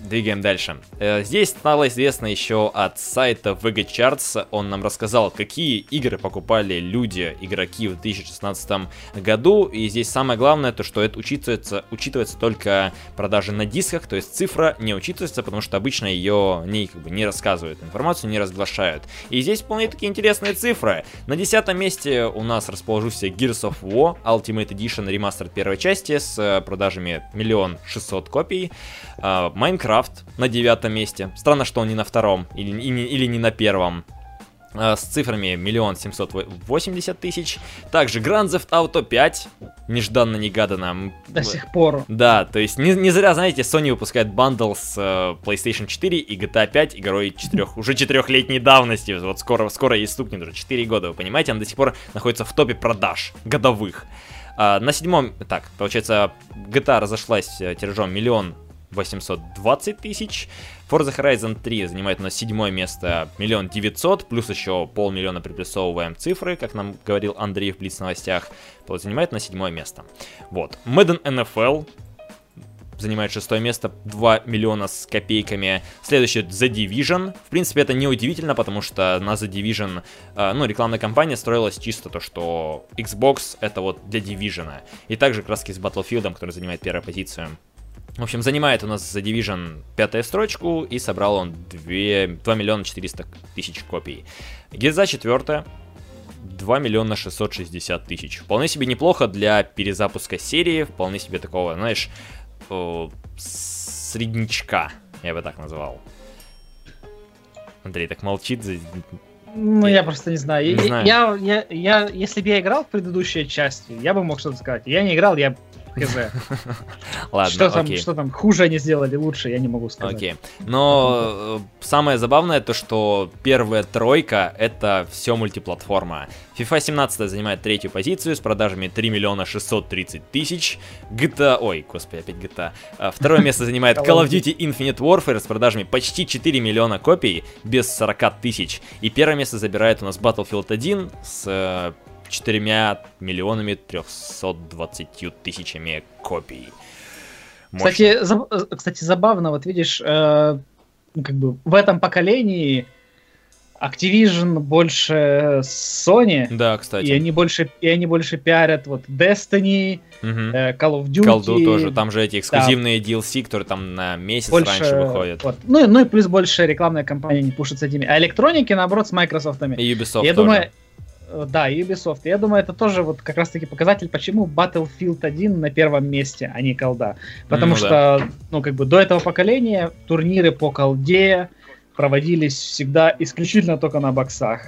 Двигаем дальше. Здесь стало известно еще от сайта ви джи Charts. Он нам рассказал, какие игры покупали люди, игроки в две тысячи шестнадцатом году. И здесь самое главное, то что это учитывается, учитывается только продажи на дисках, то есть цифра не учитывается, потому что обычно ее не, как бы, не рассказывают, информацию не разглашают. И здесь вполне такие интересные цифры. На десятом месте у нас расположился Gears of War Ultimate Edition ремастер первой части с продажами миллион шестьсот копий. Майнкрафт на девятом месте. Странно, что он не на втором или, или, или не на первом. С цифрами миллион семьсот восемьдесят тысяч. Также Grand Theft Auto пять. Нежданно-негаданно. До сих пор. Да, то есть не, не зря, знаете, Sony выпускает бандл с uh, PlayStation четыре и джи ти эй пять игрой четырех, уже четырехлетней давности. Вот скоро, скоро ей стукнет уже четыре года, вы понимаете? Она до сих пор находится в топе продаж годовых. Uh, на седьмом, так, получается, джи ти эй разошлась тиражом миллион восемьсот двадцать тысяч. Forza Horizon три занимает у нас седьмое место, миллион девятьсот, плюс еще полмиллиона приплюсовываем цифры, как нам говорил Андрей в Блиц новостях, занимает на седьмое место. Вот. Madden эн эф эл занимает шестое место, два миллиона с копейками. Следующий The Division. В принципе, это не удивительно, потому что на The Division, э, ну, рекламная кампания строилась чисто то, что Xbox это вот для Division. И также краски с Battlefield, который занимает первую позицию. В общем, занимает у нас The Division пятую строчку, и собрал он два миллиона четыреста тысяч копий. Гирза четыре, два миллиона шестьсот шестьдесят тысяч. Вполне себе неплохо для перезапуска серии, вполне себе такого, знаешь, о, среднячка, я бы так назвал. Андрей так молчит. Ну, я просто не знаю. Не я, знаю. Я, я, я, если бы я играл в предыдущей части, я бы мог что-то сказать. Я не играл, я хз. Ладно, что, там, окей. что там хуже они сделали, лучше, я не могу сказать. Окей. Но э, самое забавное то, что первая тройка это все мультиплатформа. FIFA семнадцать занимает третью позицию с продажами три миллиона шестьсот тридцать тысяч. джи ти эй, ой, господи, опять джи ти эй. А, второе место занимает Call of Duty Infinite Warfare с продажами почти четыре миллиона копий, без сорок тысяч. И первое место забирает у нас Battlefield один с четырьмя миллионами трехсот двадцатью тысячами копий. Мощно. Кстати, за, кстати, забавно, вот видишь, э, как бы в этом поколении Activision больше Sony. Да, кстати. И они больше, и они больше пиарят вот Destiny, Угу. э, Call of Duty. Колду тоже, там же эти эксклюзивные да. ди эл си, которые там на месяц больше, раньше выходят. Вот. Ну, и, ну и плюс больше рекламная кампания не пушит с этими. А электроники, наоборот, с Microsoft'ами. И Ubisoft Я тоже. думаю, да, и Ubisoft. Я думаю, это тоже вот как раз-таки показатель, почему Battlefield один на первом месте, а не колда. Потому ну, что, да. ну, как бы до этого поколения турниры по колде проводились всегда исключительно только на боксах.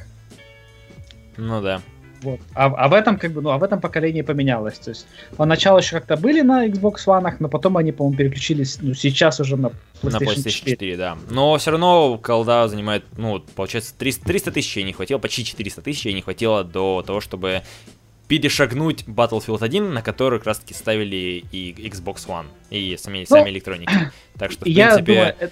Ну да. Вот. А, а в этом, как бы, ну, а в этом поколении поменялось. То есть, поначалу еще как-то были на Xbox One, но потом они, по-моему, переключились, ну, сейчас уже на PlayStation, на PlayStation четыре. четыре, да. Но все равно колда занимает, ну, получается, триста тысяч ей не хватило, почти четыреста тысяч ей не хватило до того, чтобы перешагнуть Battlefield один, на который как раз-таки ставили и Xbox One, и сами, ну, сами электроники. Так что, в я принципе... думаю, это,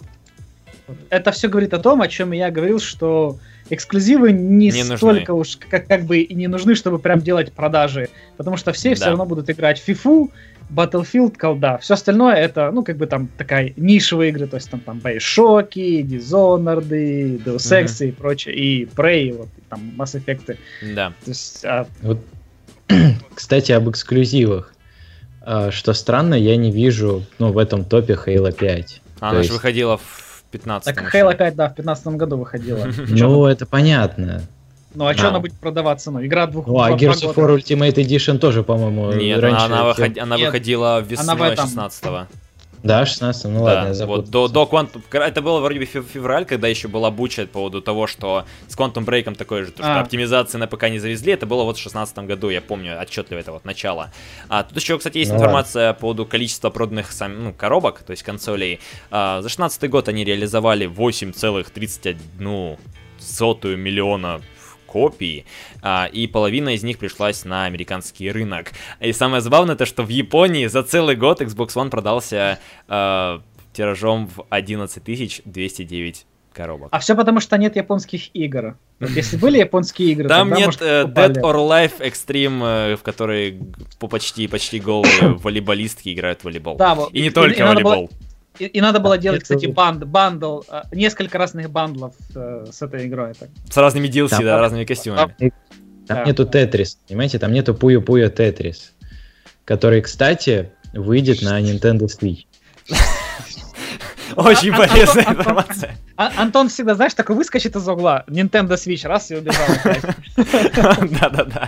это все говорит о том, о чем я говорил, что эксклюзивы не, не столько нужны. уж как, как бы и не нужны, чтобы прям делать продажи, потому что все да. все равно будут играть в FIFA, Battlefield, колда. Все остальное это, ну, как бы там такая нишевые игры, то есть там, там Bioshock, Dishonored, Deus Ex mm-hmm. и прочее, и Prey, вот, и там Mass Effect. Да. То есть, а... вот, кстати, об эксклюзивах. Что странно, я не вижу, ну, в этом топе Halo пять. Она же выходила в пятнадцатом. Так Halo пять, да, в пятнадцатом году выходила. Ну, это понятно. Ну, а что она будет продаваться? Ну, игра двух... Ну, а Gears of War Ultimate Edition тоже, по-моему, Нет, раньше... она, выход... она Нет, выходила весной шестнадцатого. Да, шестнадцатого, ну да, ладно, я забыл. Вот до, до Quantum... Это было вроде бы февраль, когда еще была буча по поводу того, что с Quantum Break'ом такое же, то, что а. оптимизации на ПК не завезли, это было вот в шестнадцатом году, я помню отчетливо это вот начало. А тут еще, кстати, есть ну, информация ладно. по поводу количества проданных сам, ну, коробок, то есть консолей. А, за шестнадцатый год они реализовали восемь целых тридцать одну сотую миллиона копий, а, и половина из них пришлась на американский рынок. И самое забавное, то что в Японии за целый год Xbox One продался а, тиражом в одиннадцать тысяч двести девять коробок. А все потому, что нет японских игр. Вот если были японские игры, там тогда, нет может, uh, Dead or Alive Extreme, в которой по почти почти голые волейболистки играют в волейбол. Да, вот, и не и, только и волейбол. Было... И, и надо было делать, это... кстати, банд, бандл, несколько разных бандлов э, с этой игрой. Так. С разными ди эл си, там, да, разными костюмами. Там, там да. нету Тетрис, понимаете? Там нету Пуyo-Пуyo Тетрис, который, кстати, выйдет на Nintendo Switch. Очень а, полезная Антон, информация. Антон, Антон всегда, знаешь, такой выскочит из угла, Nintendo Switch, раз и убежал. Да-да-да.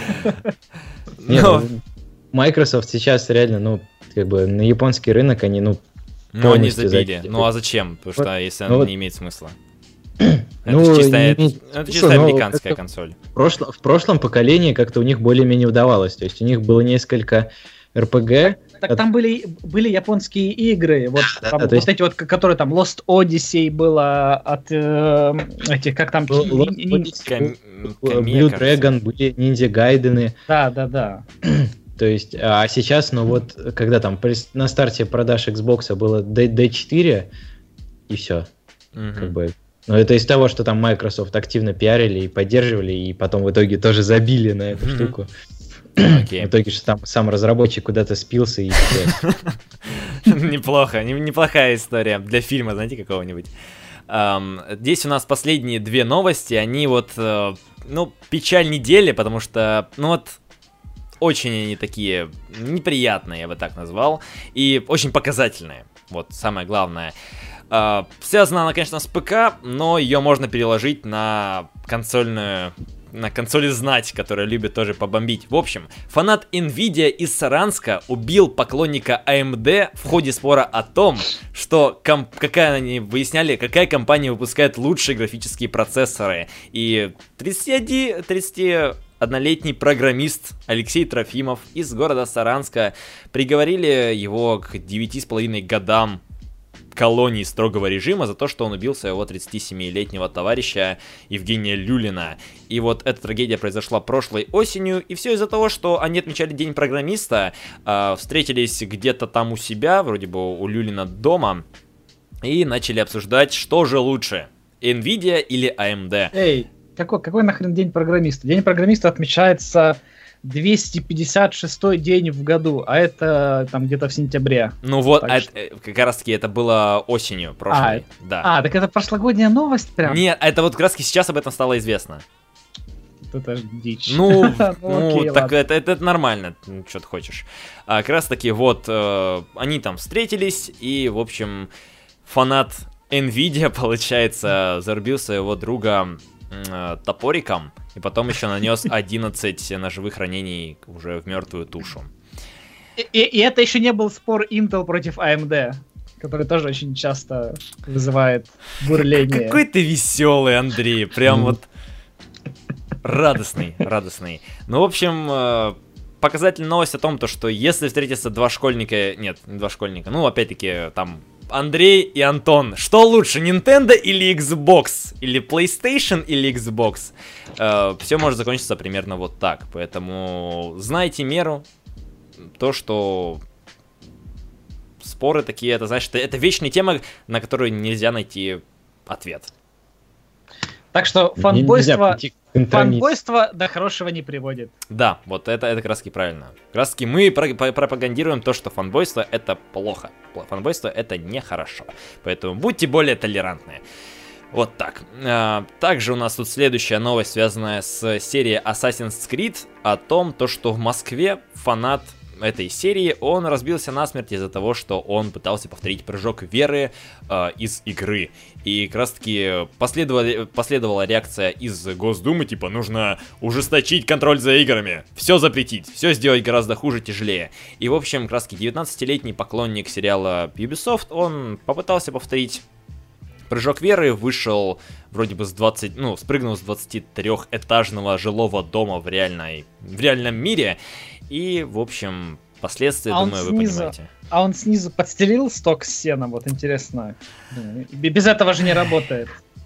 Microsoft сейчас реально, ну, как бы на японский рынок они, ну, Ну, они забили. Ну, а зачем? Потому что если она не имеет смысла. Это ну, чисто, имеет... это чисто Слушай, американская консоль. В прошлом, в прошлом поколении как-то у них более-менее удавалось. То есть у них было несколько эр пи джи. Так там были, были японские игры, вот, да, там, да, вот есть... эти вот, которые там Lost Odyssey было от э, этих, как там... Lost Odyssey, Blue Dragon, были Ninja Гайдены. Да, да, да. То есть, а сейчас, ну вот, когда там на старте продаж Xbox было ди четыре, и все. Mm-hmm. Как бы, но это из того, что там Microsoft активно пиарили и поддерживали, и потом в итоге тоже забили на эту mm-hmm. штуку. Okay. В итоге же там сам разработчик куда-то спился и... Неплохо, неплохая история для фильма, знаете, какого-нибудь. Здесь у нас последние две новости, они вот, ну, печаль недели, потому что, ну вот, очень они такие неприятные, я бы так назвал, и очень показательные, вот самое главное. Uh, связана она, конечно, с ПК, но ее можно переложить на консольную, на консоли знать, которая любит тоже побомбить. В общем, фанат Nvidia из Саранска убил поклонника эй эм ди в ходе спора о том, что комп- какая они выясняли, какая компания выпускает лучшие графические процессоры. И тридцатиоднолетний программист Алексей Трофимов из города Саранска приговорили его к девяти с половиной годам колонии строгого режима за то, что он убил своего тридцатисемилетнего товарища Евгения Люлина. И вот эта трагедия произошла прошлой осенью, и все из-за того, что они отмечали День программиста, э, встретились где-то там у себя, вроде бы у Люлина дома, и начали обсуждать, что же лучше, Nvidia или эй эм ди. Эй, какой, какой нахрен День программиста? День программиста отмечается двести пятьдесят шестой день в году, а это там где-то в сентябре. Ну вот, а что... это, как раз таки это было осенью прошлой. А, да. а, так это прошлогодняя новость прям? Нет, это вот как раз таки сейчас об этом стало известно. Это ж дичь. Ну, ну так это, это, это нормально, что ты хочешь. А, как раз таки вот, э, они там встретились, и, в общем, фанат Nvidia, получается, зарубил своего друга э, топориком, и потом еще нанес одиннадцать ножевых ранений уже в мертвую тушу. И, и, и это еще не был спор Intel против эй эм ди, который тоже очень часто вызывает бурление. Какой ты веселый, Андрей, прям вот радостный, радостный. Ну, в общем, показательная новость о том, то, что если встретятся два школьника, нет, не два школьника, ну, опять-таки, там, Андрей и Антон, что лучше, Nintendo или Xbox? Или PlayStation или Xbox? Э, все может закончиться примерно вот так, поэтому знайте меру, то, что споры такие, это, знаешь, это, это вечная тема, на которую нельзя найти ответ. Так что фанбойство, фанбойство до хорошего не приводит. Да, вот это, это как раз таки правильно. Как раз таки мы пропагандируем то, что фанбойство это плохо. Фанбойство это нехорошо. Поэтому будьте более толерантны. Вот так. Также у нас тут следующая новость, связанная с серией Assassin's Creed, о том, то, что в Москве фанат этой серии, он разбился насмерть из-за того, что он пытался повторить прыжок веры э, из игры. И как раз таки последовала, последовала реакция из Госдумы, типа, нужно ужесточить контроль за играми, все запретить, все сделать гораздо хуже, тяжелее. И, в общем, как раз таки девятнадцатилетний поклонник сериала Ubisoft, он попытался повторить прыжок веры, вышел вроде бы с двадцати, ну, спрыгнул с двадцатитрёхэтажного жилого дома в, реальной, в реальном мире. И, в общем, последствия, а думаю, вы снизу, понимаете. А он снизу подстелил сток с сеном, вот интересно. Без этого же не работает.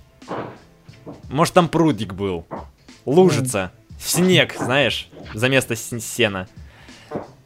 Может, там прудик был. Лужица. Mm. Снег, знаешь, за место сена.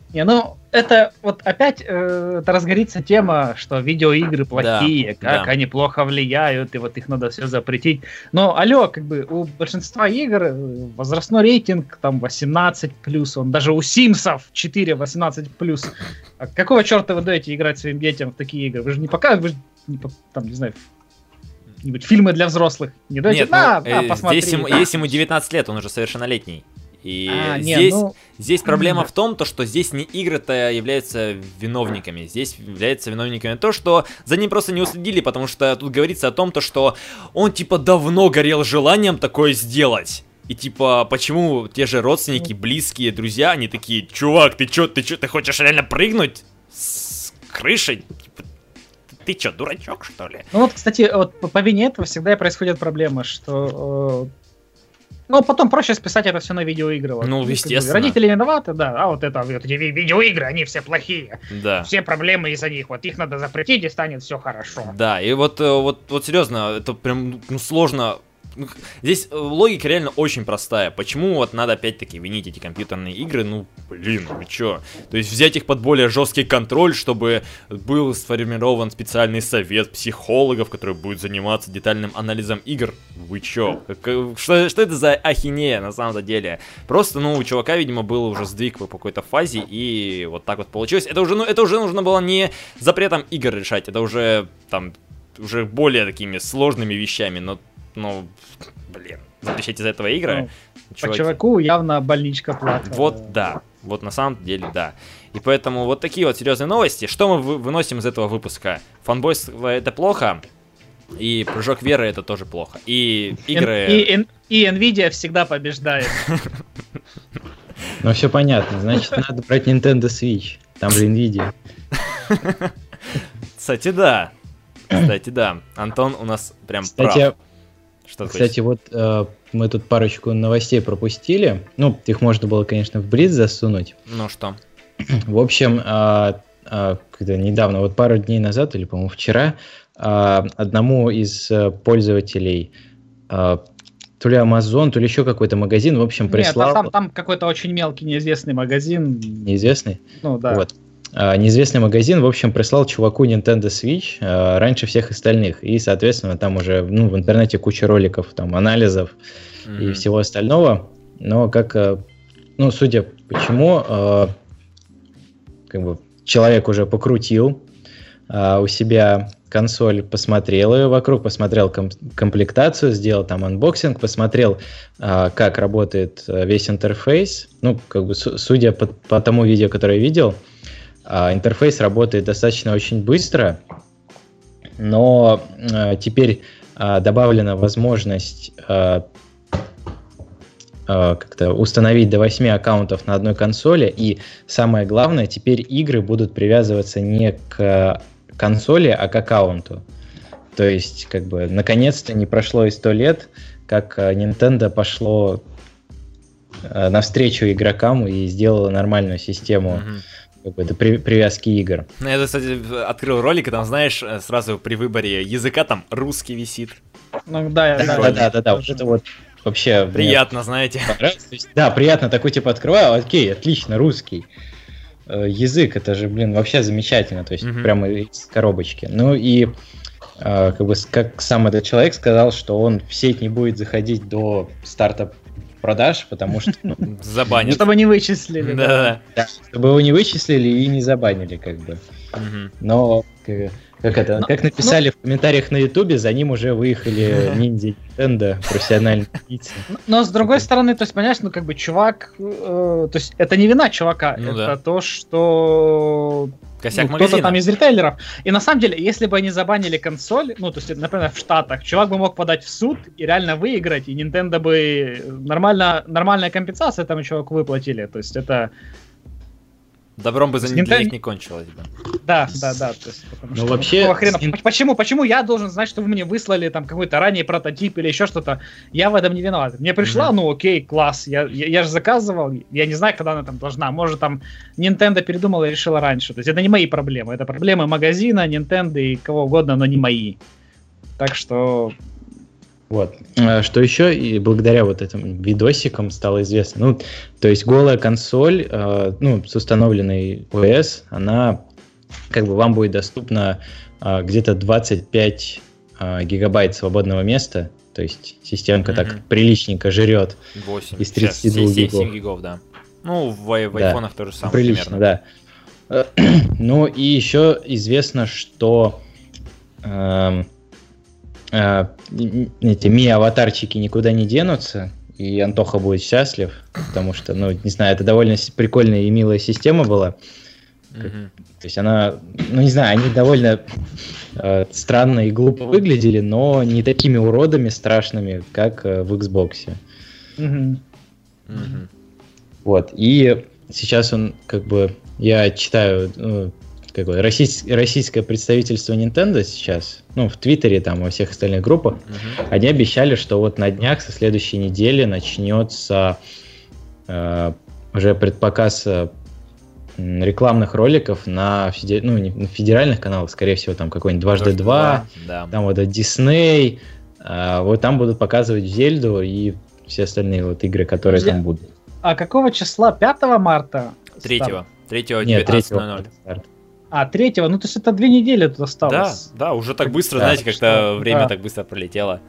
Не, ну, это вот опять э, это разгорится тема, что видеоигры плохие, да, как да. они плохо влияют, и вот их надо все запретить. Но, алло, как бы у большинства игр возрастной рейтинг там восемнадцать плюс, он даже у Симсов четыре восемнадцать плюс. А какого черта вы даете играть своим детям в такие игры? Вы же не показываете, вы же не, там, не знаю, фильмы для взрослых. Не даете, Нет, на, ну, на, э, посмотри. Здесь ему, здесь ему девятнадцать лет, он уже совершеннолетний. И а, здесь, нет, ну... здесь проблема в том, то, что здесь не игры-то являются виновниками. Здесь являются виновниками то, что за ним просто не уследили, потому что тут говорится о том, то, что он типа давно горел желанием такое сделать. И типа, почему те же родственники, близкие, друзья, они такие: чувак, ты чё, ты чё, ты хочешь реально прыгнуть с крыши? Ты чё, дурачок, что ли? Ну вот, кстати, вот по, по вине этого всегда происходит проблема, что... Э, ну, потом проще списать это все на видеоигры. Вот. Ну, естественно. Родители виноваты, да, а вот это вот эти видеоигры, они все плохие. Да. Все проблемы из-за них. Вот их надо запретить, и станет все хорошо. Да, и вот, вот, вот серьезно, это прям ну, сложно. Здесь логика реально очень простая. Почему вот надо опять-таки винить эти компьютерные игры? Ну, блин, вы чё? То есть взять их под более жесткий контроль, чтобы был сформирован специальный совет психологов, который будет заниматься детальным анализом игр. Вы чё? Что, что это за ахинея на самом деле? Просто, ну, у чувака, видимо, был уже сдвиг по какой-то фазе, и вот так вот получилось. Это уже, ну, это уже нужно было не запретом игр решать, это уже, там, уже более такими сложными вещами, но ну, блин, запрещать из-за этого игры. Ну, по чуваку явно больничка плакала. Вот, да. Вот на самом деле, да. И поэтому вот такие вот серьезные новости. Что мы выносим из этого выпуска? Фанбойство — это плохо, и прыжок веры — это тоже плохо. И игры... И, и, и Nvidia всегда побеждает. Ну, все понятно. Значит, надо брать Nintendo Switch. Там же Nvidia. Кстати, да. Кстати, да. Антон у нас прям Кстати, прав. Что Кстати, вот э, мы тут парочку новостей пропустили. Ну, их можно было, конечно, в Блиц засунуть. Ну что? В общем, э, э, когда недавно, вот пару дней назад, или, по-моему, вчера, э, одному из э, пользователей, э, то ли Amazon, то ли еще какой-то магазин, в общем, прислал... Нет, там, там какой-то очень мелкий, неизвестный магазин. Неизвестный? Ну, да. Вот. Неизвестный магазин, в общем, прислал чуваку Nintendo Switch э, раньше всех остальных. И, соответственно, там уже ну, в интернете куча роликов, там, анализов mm-hmm. и всего остального. Но как, э, ну, судя почему, э, как бы человек уже покрутил э, у себя консоль, посмотрел ее вокруг, посмотрел ком- комплектацию, сделал там анбоксинг, посмотрел, э, как работает весь интерфейс. Ну, как бы, с- судя по, по тому видео, которое я видел, Uh, интерфейс работает достаточно очень быстро, но uh, теперь uh, добавлена возможность uh, uh, как-то установить до восьми аккаунтов на одной консоли, и самое главное, теперь игры будут привязываться не к консоли, а к аккаунту. То есть, как бы, наконец-то не прошло и сто лет, как Nintendo пошло uh, навстречу игрокам и сделала нормальную систему mm-hmm. какой-то при, привязки игр. Ну, я, кстати, открыл ролик, и там, знаешь, сразу при выборе языка там русский висит. Ну, да, да, да, да, да, да, вот это вот вообще... Приятно, знаете. Есть, да, приятно, такой типа открываю, окей, отлично, русский. Язык, это же, блин, вообще замечательно, то есть mm-hmm. прямо из коробочки. Ну и как бы, как сам этот человек сказал, что он в сеть не будет заходить до старта продаж, потому что... Ну, забанят. Чтобы не вычислили. Да, да. да. Чтобы его не вычислили и не забанили, как бы. Угу. Но, как, как это, но, как написали но... в комментариях на Ютубе, за ним уже выехали ниндзя Nintendo, профессиональные птицы. Но, с другой стороны, то есть, понимаешь, ну, как бы, чувак... Э, то есть, это не вина чувака, ну, это да. то, что... Косяк ну, кто-то там из ритейлеров. И на самом деле, если бы они забанили консоль, ну, то есть, например, в Штатах, чувак бы мог подать в суд и реально выиграть, и Nintendo бы нормально, нормальная компенсация этому чуваку выплатили. То есть, это... Добром бы за них Nintendo... не кончилось бы. Да, да, да. То есть, потому ну, что, вообще... хрена... Почему, почему я должен знать, что вы мне выслали там какой-то ранний прототип или еще что-то? Я в этом не виноват. Мне пришла, mm-hmm. ну окей, класс. Я, я, я же заказывал, я не знаю, когда она там должна. Может, там Nintendo передумала и решила раньше. То есть это не мои проблемы. Это проблемы магазина, Nintendo и кого угодно, но не мои. Так что... Вот. Что еще, и благодаря вот этим видосикам стало известно. Ну, то есть голая консоль, э, ну, с установленной о эс, она как бы вам будет доступна э, где-то двадцать пять э, гигабайт свободного места. То есть системка mm-hmm. так приличненько жрет восемь. Из тридцати двух гигов. семь гигов, да. Ну, в, в да. айфонах то же самое. Прилично, примерно. Да. Ну, и еще известно, что э, э, эти Ми-аватарчики никуда не денутся, и Антоха будет счастлив, потому что, ну, не знаю, это довольно прикольная и милая система была. Mm-hmm. То есть она, ну, не знаю, они довольно э, странно и глупо выглядели, но не такими уродами страшными, как э, в Xbox. Mm-hmm. Mm-hmm. Вот, и сейчас он, как бы, я читаю, ну, как бы, российское, российское представительство Nintendo сейчас, ну, в Твиттере, там, во всех остальных группах, uh-huh. они обещали, что вот на днях со следующей недели начнется э, уже предпоказ э, рекламных роликов на, феде, ну, не, на федеральных каналах, скорее всего, там какой-нибудь дважды два, да. Там вот Disney, э, вот там будут показывать Зельду и все остальные вот игры, которые Подожди, там будут. А какого числа? пятого марта? Третьего. Третьего, Нет, третьего. А, третьего, ну то есть это две недели тут осталось. Да, да, уже так быстро, да, знаете, как-то что, время да. так быстро пролетело.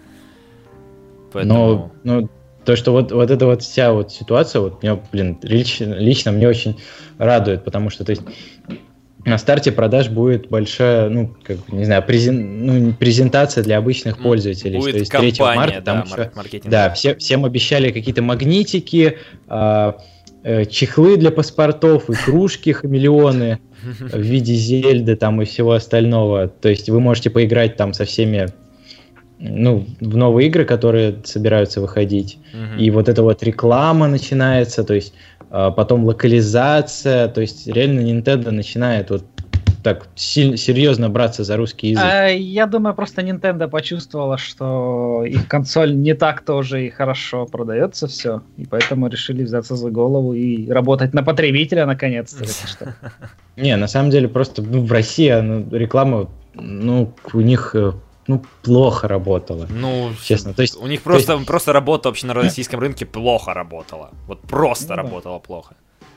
Поэтому... Но, ну, то, что вот, вот эта вот вся вот ситуация, вот меня, блин, лично, лично мне очень радует, потому что, то есть, на старте продаж будет большая, ну, как не знаю, презен, ну, презентация для обычных пользователей. Будет то есть компания, третьего марта да, там еще, маркетинг. да, все, всем обещали какие-то магнитики, э, э, чехлы для паспортов, и кружки хамелеоны в виде Зельды там и всего остального. То есть вы можете поиграть там со всеми, ну, в новые игры, которые собираются выходить. Uh-huh. И вот эта вот реклама начинается, то есть э, потом локализация, то есть реально Nintendo начинает вот так сильно, серьезно браться за русский язык. А, я думаю, просто Nintendo почувствовала, что их консоль не так тоже и хорошо продается все, и поэтому решили взяться за голову и работать на потребителя наконец-то. Не, на самом деле просто ну, в России ну, реклама, ну, у них ну, плохо работала. Ну, честно. То есть, у них просто, есть... просто работа вообще на российском рынке плохо работала. Вот просто ну, работала плохо.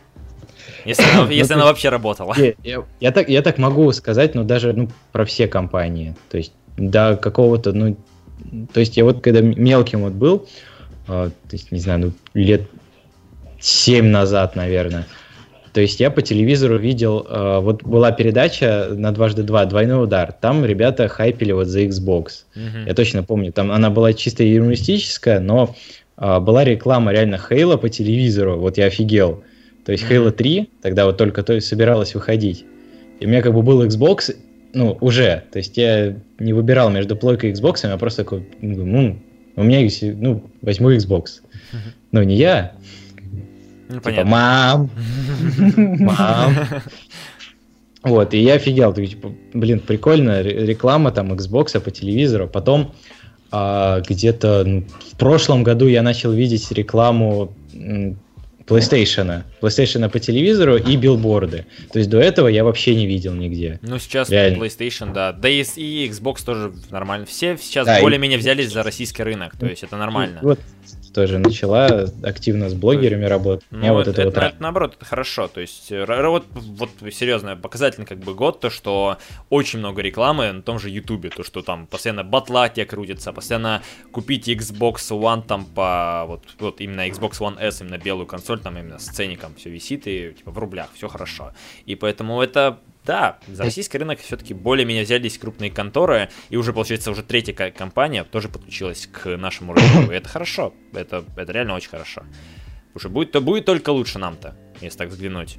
Если она, если она вообще работала. Я, я, я, так, я так могу сказать, но даже ну, про все компании. То есть до какого-то, ну, то есть я вот когда мелким вот был, э, то есть, не знаю, ну, лет семь назад, наверное, то есть я по телевизору видел, э, вот была передача на дважды два, двойной удар, там ребята хайпили вот за Xbox. Uh-huh. Я точно помню, там она была чисто юмористическая, но э, была реклама реально Halo по телевизору, вот я офигел. То есть Halo три тогда вот только то собиралась выходить. И у меня как бы был Xbox, ну, уже. То есть я не выбирал между плойкой и Xbox, я просто такой, ну, у меня есть, ну, возьму Xbox. Но не я. Ну, типа, понятно. мам, мам. Вот, и я офигел. Типа, блин, прикольно, реклама там Xbox по телевизору. Потом а, где-то ну, в прошлом году я начал видеть рекламу PlayStation, PlayStation по телевизору и билборды. То есть до этого я вообще не видел нигде. Ну сейчас реально. PlayStation, да. Да и, и Xbox тоже нормально. Все сейчас да, более-менее и... взялись за российский рынок. То есть это нормально. Вот тоже начала активно с блогерами работать. Ну, вот это, это, это, вот... это наоборот, это хорошо. То есть вот, вот серьезно, показательный как бы год, то что очень много рекламы на том же Ютубе, то что там постоянно батла тебе крутится, постоянно купите Xbox One там по вот, вот именно Xbox One S, именно белую консоль, там именно с ценником все висит и типа в рублях, все хорошо. И поэтому это да, за российский рынок все-таки более-менее взялись крупные конторы, и уже, получается, уже третья компания тоже подключилась к нашему рынку, и это хорошо, это, это реально очень хорошо. Уже будет, то будет только лучше нам-то, если так взглянуть.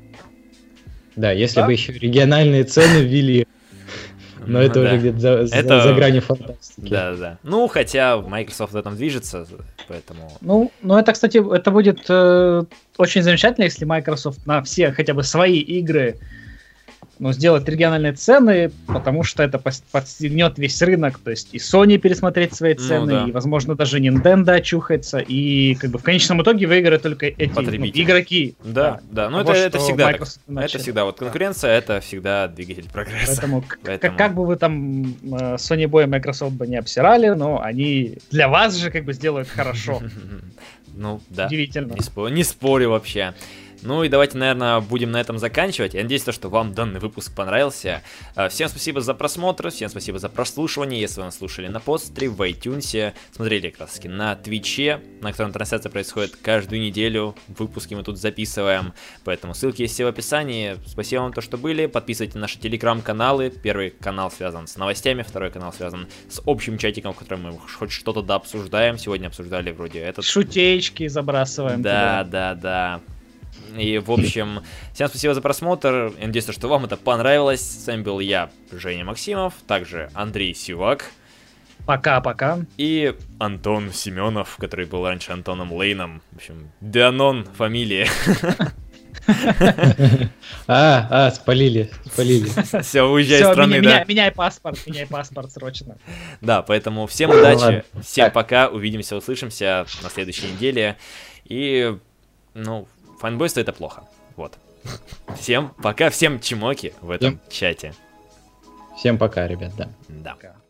Да, если да? бы еще региональные цены ввели, но это уже где-то за гранью фантастики. Да, да. Ну, хотя Microsoft в этом движется, поэтому... Ну, ну это, кстати, это будет очень замечательно, если Microsoft на все хотя бы свои игры но сделать региональные цены, потому что это подстегнет весь рынок, то есть и Sony пересмотреть свои цены, ну, да. и, возможно, даже Nintendo очухается, и как бы в конечном итоге выиграют только эти ну, игроки. Да, да, да. ну это, это всегда так. Это всегда, вот конкуренция, да. это всегда двигатель прогресса. Поэтому, Поэтому... Как, как бы вы там Sony Boy и Microsoft бы не обсирали, но они для вас же как бы сделают хорошо. Ну, да. Удивительно. Не спорю, не спорю вообще. Ну и давайте, наверное, будем на этом заканчивать. Я надеюсь, что вам данный выпуск понравился. Всем спасибо за просмотр, всем спасибо за прослушивание. Если вы нас слушали на подстре, в iTunes, смотрели как раз таки на Твиче, на котором трансляция происходит каждую неделю. Выпуски мы тут записываем, поэтому ссылки есть все в описании. Спасибо вам, то, что были. Подписывайтесь на наши телеграм-каналы. Первый канал связан с новостями, второй канал связан с общим чатиком, в котором мы хоть что-то да обсуждаем. Сегодня обсуждали вроде этот... Шутеечки забрасываем. Да, туда. да, да. И, в общем, всем спасибо за просмотр. Я надеюсь, что вам это понравилось. С вами был я, Женя Максимов, также Андрей Сивак. Пока-пока. И Антон Семенов, который был раньше Антоном Лейном. В общем, Деанон фамилия. А, а, спалили, спалили. Все, уезжай из страны, да. Меняй паспорт, меняй паспорт срочно. Да, поэтому всем удачи, всем пока, увидимся, услышимся на следующей неделе. И, ну... Фанбойство это плохо. Вот. Всем пока, всем чмоки в этом всем... чате. Всем пока, ребят, да. Да.